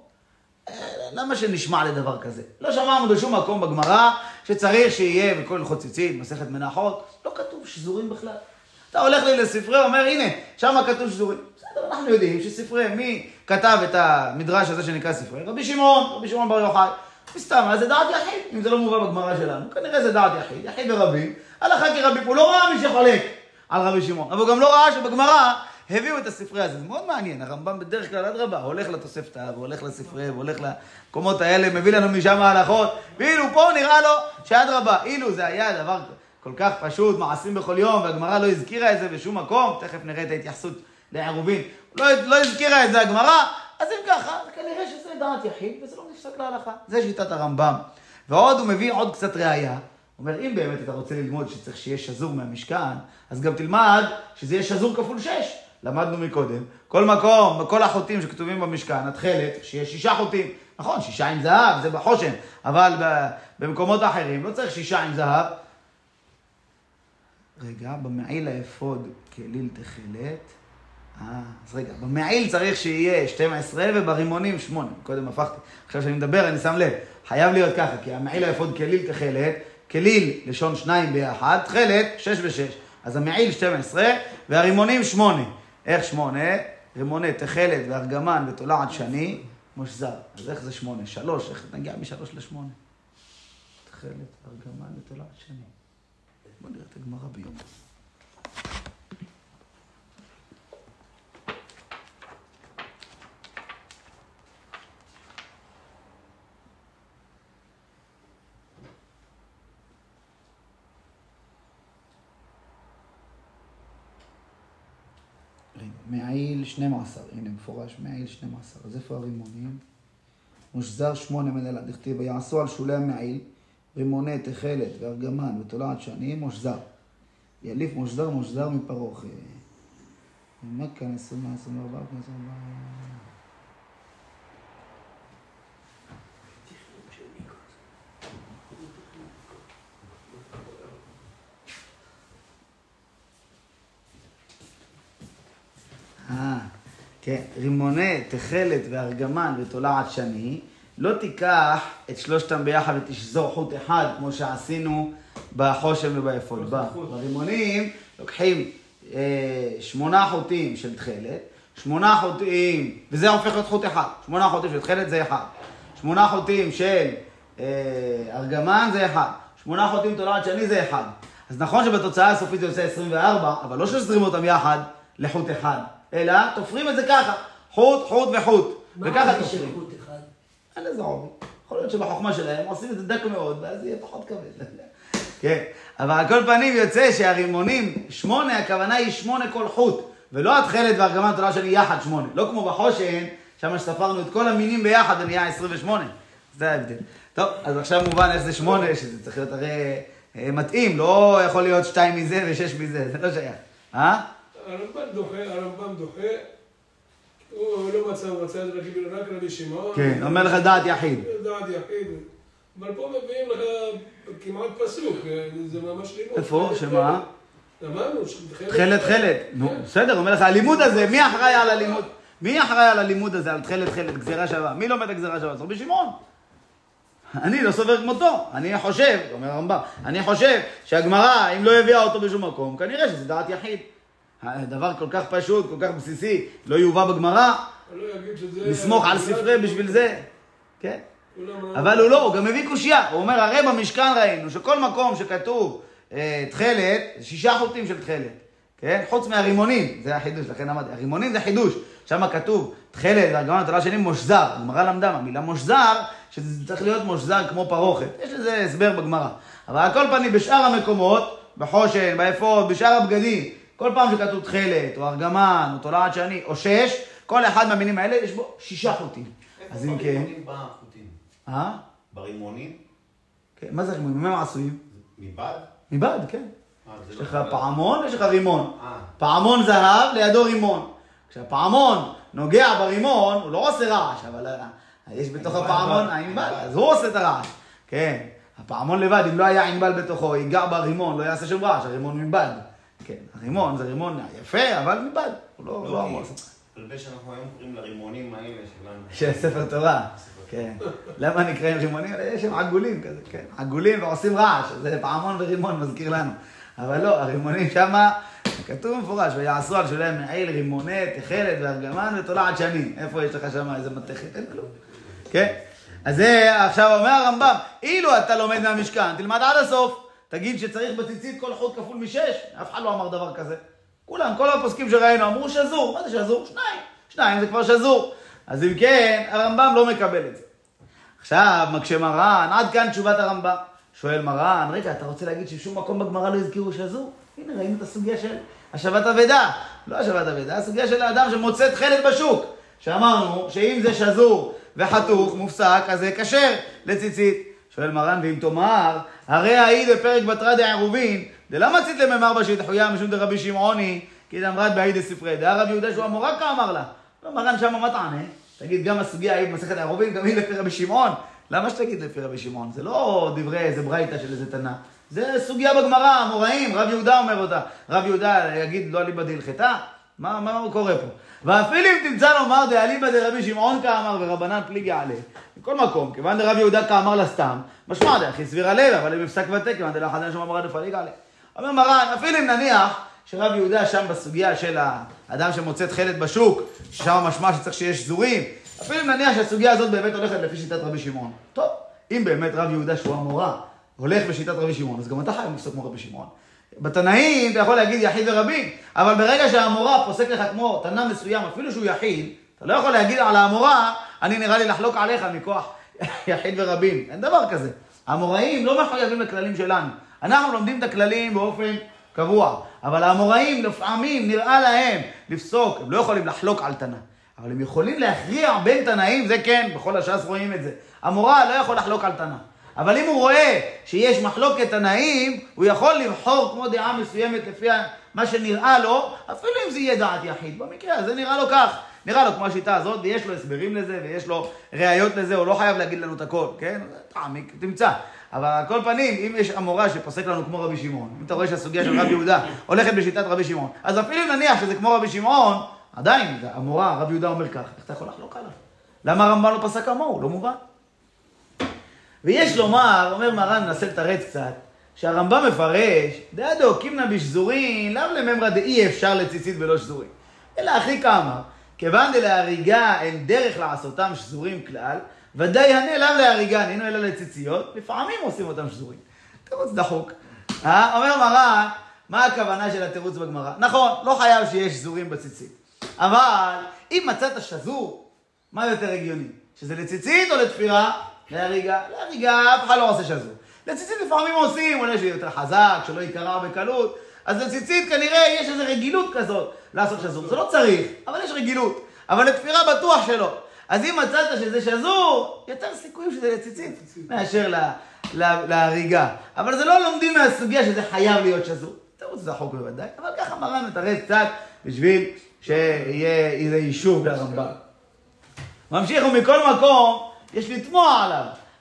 למה שנשמע לדבר כזה? לא שמענו בשום מקום בגמרא שצריך שיהיה בכל הלכות ציצית, מסכת מנחות. לא כתוב שזורים בכלל. אתה הולך לי לספרי, אומר, הנה, שם כתוב שזורים. בסדר, אנחנו יודעים שספרי, מי כתב את המדרש הזה שנקרא ספרי? רבי שמעון בר יוחאי. מסתם, אז זה דעת יחיד, אם זה לא מובא בגמרא שלנו. כנראה זה דעת יחיד, יחיד ורבים. הלכה כרבי, הוא לא ראה מי שחולק על רבי שמעון. אבל הוא גם לא ראה שבגמרא הביאו את הספרי הזה. זה מאוד מעניין, הרמב"ם בדרך כלל עד רבה, הולך לתוספתא, והולך לספרי, והולך למקומות האלה, מביא לנו משם ההלכות. ואילו פה נראה לו שעד רבה, אילו זה היה דבר כל כך פשוט, מעשים בכל יום, והגמרא לא הזכירה את זה בשום מקום, תכף נראה את ההתייחסות לעירובין, לא הזכירה את זה הגמרא, אז אם ככה, כנראה שזה דעת יחיד, וזה לא נפסק להלכה. זה שיטת הרמב"ם. ועוד הוא מביא עוד קצת ראיה, הוא אומר, אם באמת אתה רוצה ללמוד שצריך שיהיה שזור מהמשכן, אז גם תלמד שזה יהיה שזור כפול 6. למדנו מקודם, כל מקום, בכל החוטים שכתובים במשכן, התכלת, שיהיה 6 חוטים. נכון, 6 עם זהב, זה בחושן, אבל במקומות אחרים לא צריך 6 עם זהב. רגע, במעיל האפוד כליל תכלת. אז רגע, במעיל צריך שיהיה 12 וברימונים 8. קודם הפכתי. עכשיו שאני מדבר, אני שם לב. חייב להיות ככה, כי המעיל האפוד כליל תכלת, כליל לשון 2 ביחד, תכלת 6 ו6. אז המעיל 12 והרימונים 8. איך 8? רימוני תכלת וארגמן ותולעת שני, מושזר. אז איך זה 8? 3, איך נגיע מ3 ל8? תכלת, ארגמן ותולעת שני. בוא נראה את הגמרא ביום. מעיל 12, הנה מפורש, מעיל 12. אז איפה הרימונים? מושזר 8 מנהלה, דכתיב, ויעשו על שולי המעיל, רימוני תכלת וארגמן ותולעת שני, מושזר. יליף מושזר מפרוך. מה כאן? 24, כן, רימוני תכלת וארגמן ותולעת שני, לא תיקח את שלושתם ביחד ותשזור חוט אחד, כמו שעשינו בחושן ובאפוד. ברימונים לוקחים 8 חוטים של תכלת, 8 חוטים, וזה הופך להיות חוט אחד. 8 חוטים של תכלת זה 1. 8 חוטים של ארגמן זה 1. 8 חוטים תולעת שני זה 1. אז נכון שבתוצאה הסופית זה יוצא 24, אבל לא שזרים אותם יחד לחוט אחד, אלא תופרים את זה ככה, חוט, חוט וחוט. וככה תופרים. חוט אחד? אין לזה עובי. יכול להיות שבחוכמה שלהם עושים את זה דק מאוד, ואז יהיה פחות כבד. כן, אבל על כל פנים יוצא שהרימונים, 8, הכוונה היא 8 כל חוט, ולא התכלת והארגמן תולעת שני יחד 8. לא כמו בחושן, שם שספרנו את כל המינים ביחד, זה נהיה 28. זה ההבדל. טוב, אז עכשיו מובן איך זה 8, שזה צריך להיות הרי מתאים, לא יכול להיות 2 מזה ו6 מזה, זה לא שייך. הרמב"ם דוחה, הוא לא מצא רק רבי שמעון. כן, אומר לך דעת יחיד. דעת יחיד. אבל פה מביאים לך כמעט פסוק, זה ממש לימוד. איפה? שמה? אמרנו, תכלת. נו, בסדר, אומר לך, הלימוד הזה, מי אחראי על הלימוד? מי אחראי על הלימוד הזה, על תכלת, גזירה שווה? מי לומד את הגזירה שווה? רבי שמעון. אני לא סובר כמותו. אני חושב, אומר הרמב"ם, אני חושב שהגמרא, אם לא הביאה אותו בשום מקום, כנראה שזה דעת יחיד. דבר כל כך פשוט, כל כך בסיסי, לא יובא בגמרא, לסמוך על ספרי בשביל זה. כן? אבל הוא לא, הוא גם מביא קושיה. הוא אומר, הרי במשכן ראינו שכל מקום שכתוב תכלת, 6 חוטים של תכלת. כן? חוץ מהרימונים, זה החידוש, לכן אמרתי, הרימונים זה חידוש. שם כתוב תכלת, והגמרא נטלה שני מושזר. הגמרא למדה מהמילה מושזר, שזה צריך להיות מושזר כמו פרוכת. יש לזה הסבר בגמרא. אבל על כל פנים, בשאר המקומות, בחושן, באפוד, בשאר הבגדים, כל פעם שכתוב תכלת, או ארגמן, או תולעת שני, או 6, כל אחד מהמינים האלה יש בו 6 חוטים. אז אם כן... איפה ברימונים בחוטים? ברימונים? כן, מה זה רימונים? ממה עשויים? מבד? מבד, כן. יש לך פעמון ויש לך רימון. פעמון זהב, לידו רימון. כשהפעמון נוגע ברימון, הוא לא עושה רעש, אבל יש בתוך הפעמון הענבל, אז הוא עושה את הרעש. כן, הפעמון לבד, אם לא היה ענבל בתוכו, ייגע ברימון, לא יעשה שום רעש, הרימון מבד. כן, הרימון זה רימון יפה, אבל מבד. הוא לא אמור לעשות. כלבי שאנחנו היום קוראים לרימונים האלה שלנו. של ספר תורה. כן. למה נקראים רימונים? יש שם עגולים כזה, כן. עגולים ועושים רעש, זה פעמון ורימון מזכיר לנו. אבל לא, הרימונים שמה, כתוב מפורש, ויעשו על שלהם מעיל רימוני, תכלת וארגמן ותולעת שנים. איפה יש לך שמה איזה מתכת? אין כלום. כן? אז זה עכשיו אומר הרמב"ם, אילו אתה לומד מהמשכן, תלמד עד הסוף. תגיד שצריך בציצית כל חוט כפול 6, אף אחד לא אמר דבר כזה. כולם, כל הפוסקים שראינו אמרו שזור. מה זה שזור? 2 זה כבר שזור. אז אם כן, הרמב"ם לא מקבל את זה. עכשיו, מקשה מרן, עד כאן תשובת הרמב"ם. שואל מרן, רגע, אתה רוצה להגיד ששום מקום בגמרא לא הזכירו שזור? הנה, ראינו את הסוגיה של השבת אבדה. לא השבת אבדה, הסוגיה של האדם שמוצא תכלת בשוק. שאמרנו שאם זה שזור וחתוך, מופסק, אז זה כשר לציצית. שואל מרן, ואם תאמר, הרי העיד בפרק בתרא דעירובין, דלמה ציית לממר בשטחויה משום דרבי שמעוני, כי דאמרת בעיד הספרי, דהרב יהודה שהוא המורה כאמר לה. לא, מרן שמה מה תענה? תגיד, גם הסוגיה העיד במסכת העירובין, גם היא לפי רבי שמעון. למה שתגיד לפי רבי שמעון? זה לא דברי איזה ברייתא של איזה תנא. זה סוגיה בגמרא, המוראים, רב יהודה אומר אותה. רב יהודה יגיד, לא אליבא דהלכתה? מה קורה פה? ואפילו אם תמצא לומר דאליבא דרבי שמעון כאמר ורבנן פליגי עליה. בכל מקום, כיוון דרב יהודה כאמר לה סתם, משמע דאחי סביר הלב, אבל אם הפסק ותק, כיוון דלה חדש אמר רב פליגי עליה. אומר מרן, אפילו אם נניח שרב יהודה שם בסוגיה של האדם שמוצא תכלת בשוק, ששם משמע שצריך שיש זורים, אפילו אם נניח שהסוגיה הזאת באמת הולכת לפי שיטת רבי שמעון. טוב, אם באמת רב יהודה שהוא המורה הולך בשיטת רבי שמעון, אז גם אתה חייב לפסוק כמו רבי שמעון. בתנאים אתה יכול להגיד יחיד ורבים, אבל ברגע שהמורה פוסק לך כמו תנא מסוים, אפילו שהוא יחיד, אתה לא יכול להגיד על המורה, אני נראה לי לחלוק עליך מכוח יחיד ורבים. אין דבר כזה. המוראים לא מחויבים לכללים שלנו. אנחנו לומדים את הכללים באופן קבוע, אבל המוראים לפעמים נראה להם לפסוק, הם לא יכולים לחלוק על תנא, אבל הם יכולים להכריע בין תנאים, זה כן, בכל הש"ס רואים את זה. המורה לא יכול לחלוק על תנא. אבל אם הוא רואה שיש מחלוקת תנאים, הוא יכול לבחור כמו דעה מסוימת לפי מה שנראה לו, אפילו אם זה יהיה דעת יחיד. במקרה הזה נראה לו כך. נראה לו כמו השיטה הזאת, ויש לו הסברים לזה, ויש לו ראיות לזה, הוא לא חייב להגיד לנו את הכל, כן? תעמיק, תמצא. אבל על כל פנים, אם יש המורה שפוסק לנו כמו רבי שמעון, אם אתה רואה שהסוגיה של רבי יהודה הולכת בשיטת רבי שמעון, אז אפילו נניח שזה כמו רבי שמעון, עדיין, המורה, רבי יהודה אומר כך, איך אתה יכול לחלוק עליו? למה הרמב"ם לא פסק כמוהו? לא מובן. ויש לומר, אומר מרן, ננסה לתרץ קצת, שהרמב"ם מפרש, דעדו, קימנה בשזורין, לאו לממרא דאי אפשר לציצית ולא שזורין. אלא הכי כמה, כיוון דלהריגה אין דרך לעשותם שזורים כלל, ודאי הנה לאו להריגה, נינו אלא לציציות, לפעמים עושים אותם שזורים. תירוץ דחוק. אומר מרן, מה הכוונה של התירוץ בגמרא? נכון, לא חייב שיש שזורים בציצית. אבל אם מצאת שזור, מה יותר הגיוני? שזה לציצית או לתפירה? להריגה. להריגה, אף אחד לא עושה שזור. לציצית לפעמים עושים, אולי שיהיה יותר חזק, שלא יקרע בקלות. אז לציצית כנראה יש איזו רגילות כזאת לעשות שזור. זה לא צריך, אבל יש רגילות. אבל לתפירה בטוח שלא. אז אם מצאת שזה שזור, יותר סיכויים שזה לציצית מאשר להריגה. אבל זה לא לומדים מהסוגיה שזה חייב להיות שזור. תראו, זה החוק בוודאי. אבל ככה מרן מתרץ קצת בשביל שיהיה איזה יישוב לרמב"ם. ממשיך ומכל מקום, יש לתמוע עליו.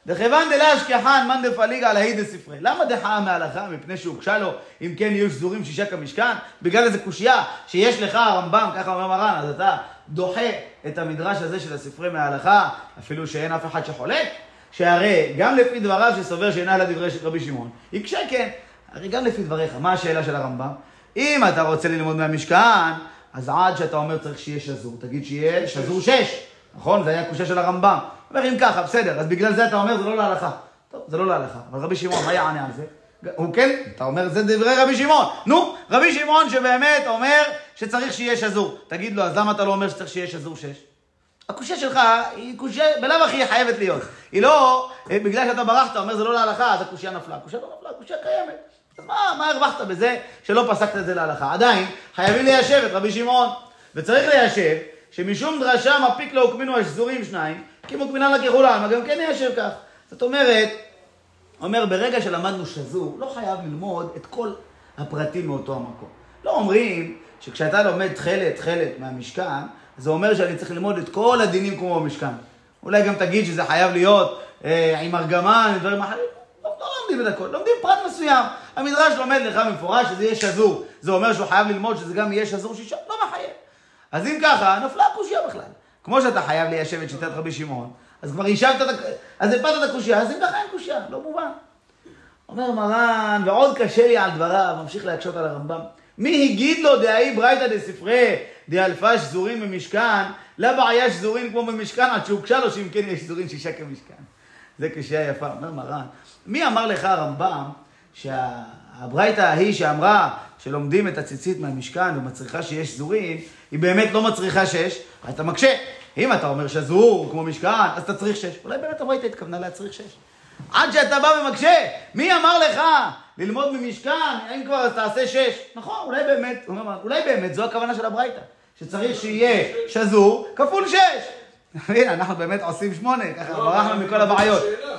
דכיוון דלה השכחן מן דפליגה על ההיא דספרי. למה דחאה מההלכה? מפני שהוגשה לו, אם כן יהיו שזורים שישה כמשכן? בגלל איזה קושייה שיש לך הרמב"ם, ככה אומר מרן, אז אתה דוחה את המדרש הזה של הספרי מההלכה, אפילו שאין אף אחד שחולק, שהרי גם לפי דבריו שסובר שאינה לה דברי רבי שמעון, יקשה כן. הרי גם לפי דבריך, מה השאלה של הרמב"ם? אם אתה רוצה ללמוד מהמשכן, אז עד שאתה אומר צריך שיהיה שזור, תגיד שיהיה שזור 6, נכון? זה היה קושייה של הרמב"ם. אומר, אם ככה, בסדר, אז בגלל זה אתה אומר, זה לא להלכה. טוב, זה לא להלכה, אבל רבי שמעון, מה יענה על זה? הוא כן, אתה אומר, זה דברי רבי שמעון. נו, רבי שמעון שבאמת אומר שצריך שיהיה שזור. תגיד לו, אז למה אתה לא אומר שצריך שיהיה שזור 6? הקושייה שלך היא קושייה, בלב הכי היא חייבת להיות. היא לא, בגלל שאתה ברחת, אומר, זה לא להלכה, אז הקושייה נפלה. הקושייה לא נפלה, הקושייה קיימת. אז מה הרווחת בזה שלא פסקת את זה להלכה? עדיין, חייבים ליישב את רבי שמעון. וצריך ליישב שמשום דרשה מפיק לו וקמינו השזורים 2, כי מוקמינן לככולם, גם כן יישב כך. זאת אומרת, אומר, ברגע שלמדנו שזור, לא חייב ללמוד את כל הפרטים מאותו המקום. לא אומרים שכשאתה לומד תכלת מהמשכן, זה אומר שאני צריך ללמוד את כל הדינים כמו במשכן. אולי גם תגיד שזה חייב להיות עם ארגמן, דברים אחרים. לא לומדים את הכל, לומדים פרט מסוים. המדרש לומד לך במפורש שזה יהיה שזור. זה אומר שהוא חייב ללמוד שזה גם יהיה שזור 6, לא מחייב. אז אם ככה, נפלה הקושייה בכלל. כמו שאתה חייב ליישב את שיטת רבי שמעון, אז כבר יישבת, אז הפעת את הקושייה, אז אם ככה אין קושייה, לא מובן. אומר מרן, ועוד קשה לי על דבריו, ממשיך להקשות על הרמב"ם. מי הגיד לו דהאי ברייתא דספרי, דאלפא שזורים במשכן, לבעיה שזורים כמו במשכן, עד שהוגשה לו שאם כן יש שזורים 6 כמשכן. זה קשייה יפה. אומר מרן, מי אמר לך הרמב"ם, שהברייתא ההיא שאמרה שלומדים את הציצית מהמשכן ומצריכה שיש שזורים, היא באמת לא מצריכה 6, אתה מקשה. אם אתה אומר שזור כמו משכן, אז אתה צריך 6. אולי באמת הברייתא התכוונה להצריך 6. עד שאתה בא ומקשה, מי אמר לך ללמוד ממשכן, אם כבר אז תעשה 6? נכון, אולי באמת זו הכוונה של הברייתא, שצריך שיהיה שזור כפול 6. הנה, אנחנו באמת עושים 8, ככה ברחנו מכל הבעיות.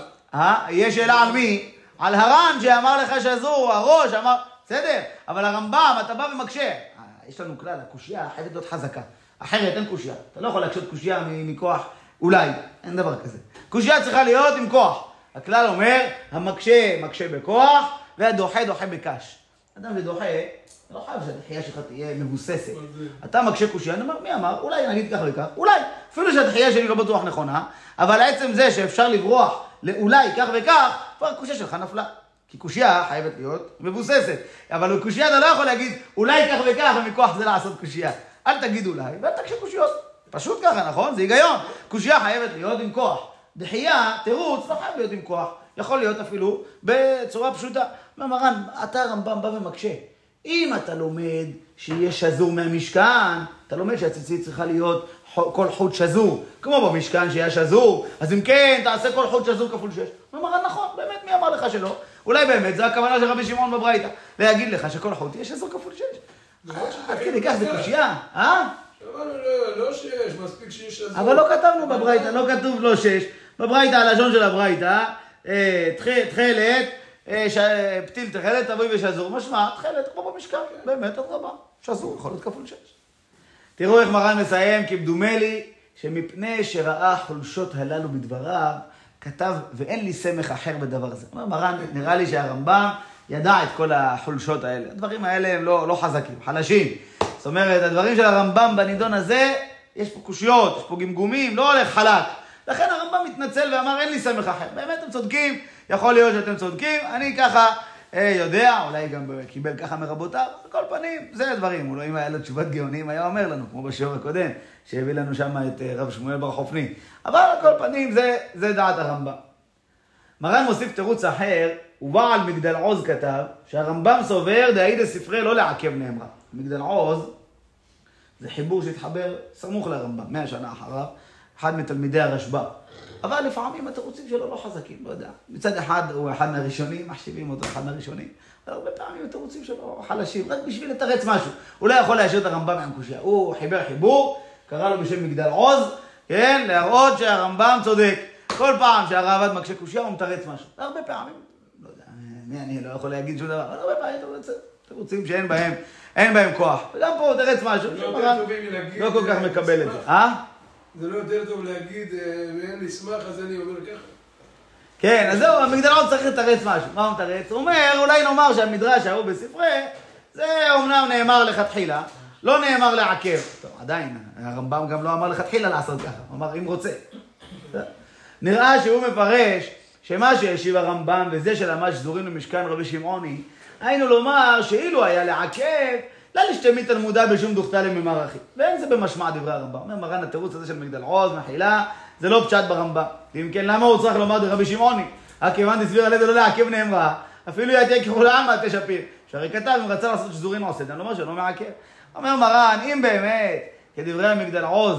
יש שאלה על מי? על הר"ן שאמר לך שזור, הראש אמר, בסדר, אבל הרמב"ם, אתה בא ומקשה. יש לנו כלל, הקושייה חייבת להיות חזקה. אחרת אין קושייה. אתה לא יכול להקשות קושייה מכוח, אולי, אין דבר כזה. קושייה צריכה להיות עם כוח. הכלל אומר, המקשה מקשה בכוח, והדוחה דוחה בקש. אדם שדוחה, לא חייב שהדחייה שלך תהיה מבוססת. אתה מקשה קושייה, אני אומר, מי אמר? אולי נגיד כך וכך, אולי. אפילו שהדחייה שלי לא בטוח נכונה, אבל עצם זה שאפשר לברוח לאולי כך וכך, כבר הקושייה שלך נפלה. כי קושייה חייבת להיות מבוססת. אבל בקושייה אתה לא יכול להגיד, אולי כך וכך, ומכוח זה לעשות קושייה. אל תגיד אולי, ואל תקשה קושיות. פשוט ככה, נכון? זה היגיון. קושייה חייבת להיות עם כוח. דחייה, תירוץ, לא חייב להיות עם כוח. יכול להיות אפילו בצורה פשוטה. מרן, אתה הרמב"ם בא ומקשה. אם אתה לומד שיש שזור מהמשכן, אתה לומד שהציצית צריכה להיות כל חוט שזור, כמו במשכן שהיה שזור, אז אם כן, תעשה כל חוט שזור כפול 6. מרן, נכון, באמת, מי אמר לך שלא? אולי באמת, זה הכוונה של רבי שמעון בברייתא, להגיד לך שכל חוט יהיה שזור כפול 6. עד כדי כך זה קושייה, לא 6, מספיק שיש שזור. אבל לא כתבנו בברייתא, לא כתוב לא 6. בברייתא, הלשון של הברייתא, תכלת, פתיל תכלת, תבואי ושזור, משמע, תכלת כמו במשכן, באמת, אדרבה, שזור, יכול להיות כפול 6. תראו איך מרן מסיים, כי בדומה לי שמפני שראה חולשות הללו בדבריו, כתב, ואין לי סמך אחר בדבר הזה. אומר מרן, נראה לי שהרמב"ם ידע את כל החולשות האלה. הדברים האלה הם לא חזקים, חלשים. זאת אומרת, הדברים של הרמב"ם בנידון הזה, יש פה קושיות, יש פה גמגומים, לא הולך חלק. לכן הרמב"ם מתנצל ואמר, אין לי סמך אחר. באמת הם צודקים, יכול להיות שאתם צודקים, אני ככה יודע, אולי גם קיבל ככה מרבותיו, בכל פנים, זה הדברים. אולי אם היה לו תשובת גאונים, היה אומר לנו, כמו בשיעור הקודם, שהביא לנו שם את רב שמואל בר חופני. אבל על כל פנים, זה דעת הרמב"ם. מרן מוסיף תירוץ אחר, ובעל מגדל עוז כתב, שהרמב"ם סובר דהאי דספרי לא לעכב נאמרה. מגדל עוז זה חיבור שהתחבר סמוך לרמב"ם, 100 שנה אחריו, אחד מתלמידי הרשב"א. אבל לפעמים התירוצים שלו לא חזקים, לא יודע. מצד אחד הוא אחד מהראשונים, מחשיבים אותו אחד מהראשונים, אבל הרבה פעמים התירוצים שלו חלשים, רק בשביל לתרץ משהו. הוא לא יכול להשאיר את הרמב"ם עם קושיה. הוא חיבר חיבור, קרא לו בשם מגדל עוז, כן, להראות שהרמב"ם צודק. כל פעם שהרעב"ד מקשה קושיה הוא מתרץ משהו. הרבה פעמים, לא יודע, אני לא יכול להגיד שום דבר, אבל הרבה פעמים תירוצים שאין בהם כוח. וגם פה הוא תרץ משהו, לא כל כך מקבל את זה. זה לא יותר טוב להגיד, ואין לי סמך, אז אני אומר ככה. כן, אז זהו, המגדל עוז צריך לתרץ משהו. מה הוא מתרץ? הוא אומר, אולי נאמר שהמדרש ההוא בספרי, זה אומנם נאמר לכתחילה, לא נאמר לעכב. טוב, עדיין, הרמב"ם גם לא אמר לכתחילה לעשות ככה, הוא אמר אם רוצה. נראה שהוא מפרש שמה שהשיב הרמב"ם וזה שלמד שזורים למשכן רבי שמעוני, היינו לומר שאילו היה לעכב, לא לשתמי תלמודה בשום דוכתה לממרחי. ואין זה במשמע דברי הרמב"ם. אומר מרן התירוץ הזה של מגדל עוז, מחילה, זה לא פשט ברמב"ם. אם כן, למה הוא צריך לומר דרבי שמעוני? הכיוון תסביר עלי זה לא לעכב נאמרה, אפילו יתיה ככולה מה תשפיר. שהרי כתב אם רצה לעשות שזורים עושה, אני לא אומר שלא מעכב. אומר מרן, אם באמת, כדברי המגדל עוז,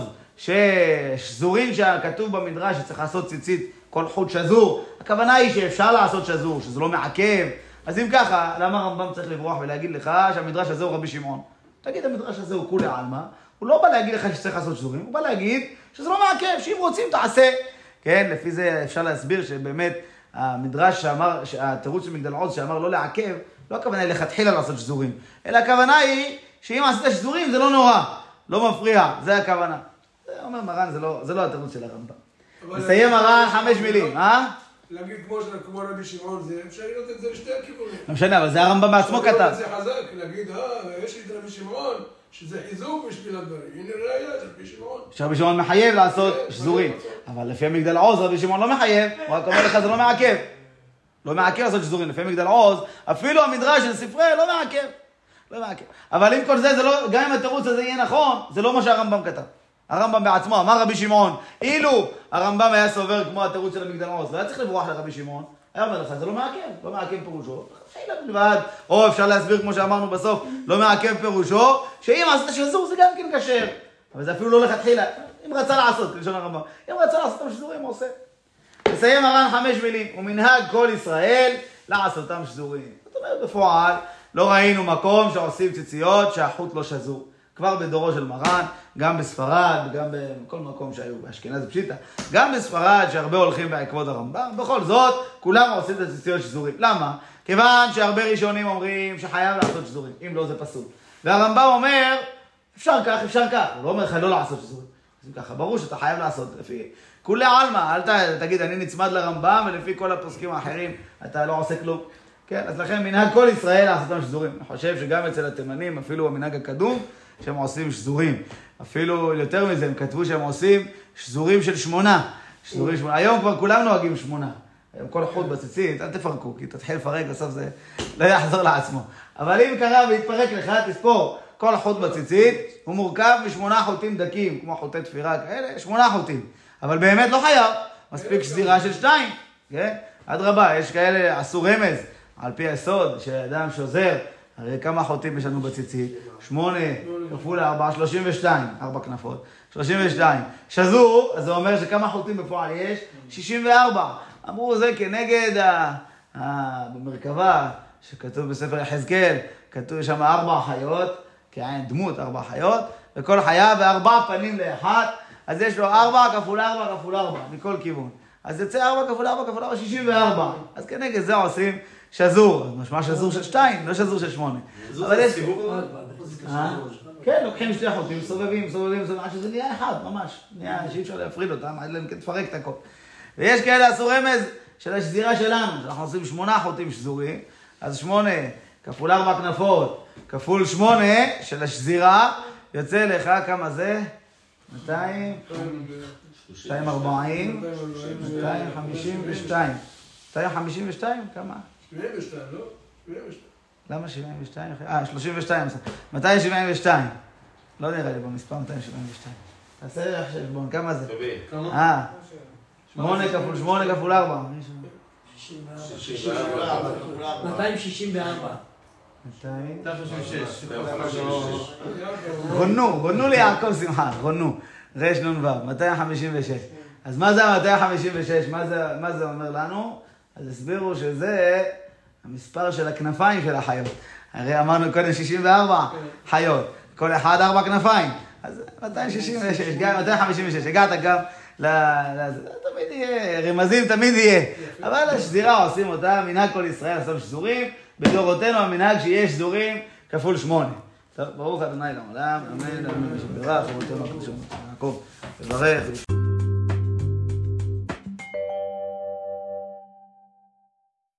ששזורים שכתוב במדרש שצריך לעשות ציצית כל חוט שזור, הכוונה היא שאפשר לעשות שזור, שזה לא מעכב. אז אם ככה, למה הרמב"ם צריך לברוח ולהגיד לך שהמדרש הזה הוא רבי שמעון? תגיד, המדרש הזה הוא כולי עלמא, הוא לא בא להגיד לך שצריך לעשות שזורים, הוא בא להגיד שזה לא מעכב, שאם רוצים תעשה. כן, לפי זה אפשר להסביר שבאמת המדרש שאמר, התירוץ של מגדל עוז שאמר לא לעכב, לא הכוונה היא לכתחילה לעשות שזורים, אלא הכוונה היא שאם עשית שזורים זה לא נורא, לא מפריע, זה הכוונה. זה אומר מרן, זה לא התירוץ של הרמב"ם. נסיים מרן 5 מילים, להגיד כמו רבי שמעון, זה אפשר לראות את זה לשתי הכיוונים. לא משנה, אבל זה הרמב"ם בעצמו כתב. זה חזק, להגיד, יש לי את רבי שמעון, שזה חיזוק בשביל הדברים. הנה ראיה, זה רבי שמעון. שרבי שמעון מחייב לעשות שזורים. אבל לפי מגדל עוז, רבי שמעון לא מחייב, הוא רק אומר לך, זה לא מעכב. לא מעכב לעשות שזורים. לפי מגדל עוז, אפילו המדרש של ספרי לא מעכב. לא מעכב. אבל אם כל זה, גם אם התירוץ הזה יהיה נכון, זה לא מה שהרמב"ם כתב. הרמב"ם בעצמו, אמר רבי שמעון, אילו הרמב"ם היה סובר כמו התירוץ של המגדל עוז, לא היה צריך לברוח לרבי שמעון, היה אומר לך, זה לא מעכב, לא מעכב פירושו, שאלה בלבד, או אפשר להסביר כמו שאמרנו בסוף, לא מעכב פירושו, שאם עשת שזור זה גם כן כשר, אבל זה אפילו לא לכתחילה, אם רצה לעשות, כלשון הרמב"ם, אם רצה לעשות אותם שזורים, הוא עושה. נסיים מרן 5 מילים, ומנהג כל ישראל לעשות אותם שזורים. זאת אומרת, בפועל, לא ראינו מקום שעושים ציציות שהחוט לא שזור. כבר בדורו של מרן, גם בספרד, גם בכל מקום שהיו באשכנז פשיטה, גם בספרד שהרבה הולכים בעקבות הרמב"ם, בכל זאת, כולם עושים את הציציות שזורים. למה? כיוון שהרבה ראשונים אומרים שחייב לעשות שזורים, אם לא זה פסול. והרמב"ם אומר, אפשר כך, אפשר כך, הוא לא אומר לך לא לעשות שזורים. אז ככה, ברור שאתה חייב לעשות, לפי כולי עלמא, אל תגיד, אני נצמד לרמב"ם, ולפי כל הפוסקים האחרים, אתה לא עושה כלום. כן, אז לכן מנהג כל ישראל לעשות אותם שזורים. אני חושב שגם אצל התימנים, אפילו המנהג הקדום, שהם עושים שזורים. אפילו יותר מזה, הם כתבו שהם עושים שזורים של 8. שזורים 8. היום כבר כולם נוהגים 8. היום כל חוט בציצית, אל תפרקו, כי תתחיל לפרק, בסוף זה לא יחזור לעצמו. אבל אם קרה והתפרק לך, תספור, כל חוט בציצית הוא מורכב מ8 חוטים דקים, כמו חוטי תפירה כאלה, 8 חוטים. אבל באמת לא חייב, מספיק שזירה של 2. כן? עד רבה, יש כאלה, עשו רמז, על פי היסוד, שאדם שוזר, הרי כמה חוטים יש לנו בציצית? 8 כפול 4, 32, 4 כנפות, 32. שזור, אז זה אומר שכמה חוטים בפועל יש? 64. אמרו זה כנגד במרכבה, שכתוב בספר יחזקאל, כתוב שם 4 חיות, כעין דמות 4 חיות, וכל חיה ו4 פנים לאחת, אז יש לו 4 כפול 4 כפול 4, מכל כיוון. אז יצא 4 כפול 4 כפול 4, 64. אז כנגד זה עושים שזור, אז משמע שזור של 2, לא שזור של 8. אבל יש... כן, לוקחים 2 חוטים, סובבים, עד שזה נהיה אחד, ממש. נהיה שאי אפשר להפריד אותם, עד להם תפרק את הכל. ויש כאלה עשו רמז של השזירה שלנו, שאנחנו עושים 8 חוטים שזורים, אז 8 כפול 4 כנפות, כפול 8 של השזירה, יוצא לך כמה זה? 200, 240, 252. 252? כמה? 72, לא? 72. למה 72? 32. 272. לא נראה לי במספר 272. תעשה איך חשבון, כמה זה? 8 כפול 8 כפול 4. 264. 236. גונו לי יעקב שמחה, גונו. רש נ"ו, 256. אז מה זה ה-256? מה זה אומר לנו? אז הסבירו שזה המספר של הכנפיים של החיות. הרי אמרנו קודם 64 חיות, כל אחד 4 כנפיים. אז 266, 256, הגעת גם תמיד יהיה, רמזים תמיד יהיה. אבל השזירה עושים אותה, מנהג כל ישראל לעשות שזורים, בדורותינו המנהג שיש שזורים כפול 8. טוב, ברוך ה' לעולם, אמן, אמן, שברך, ובותינו הקדושים, יעקב, וברך.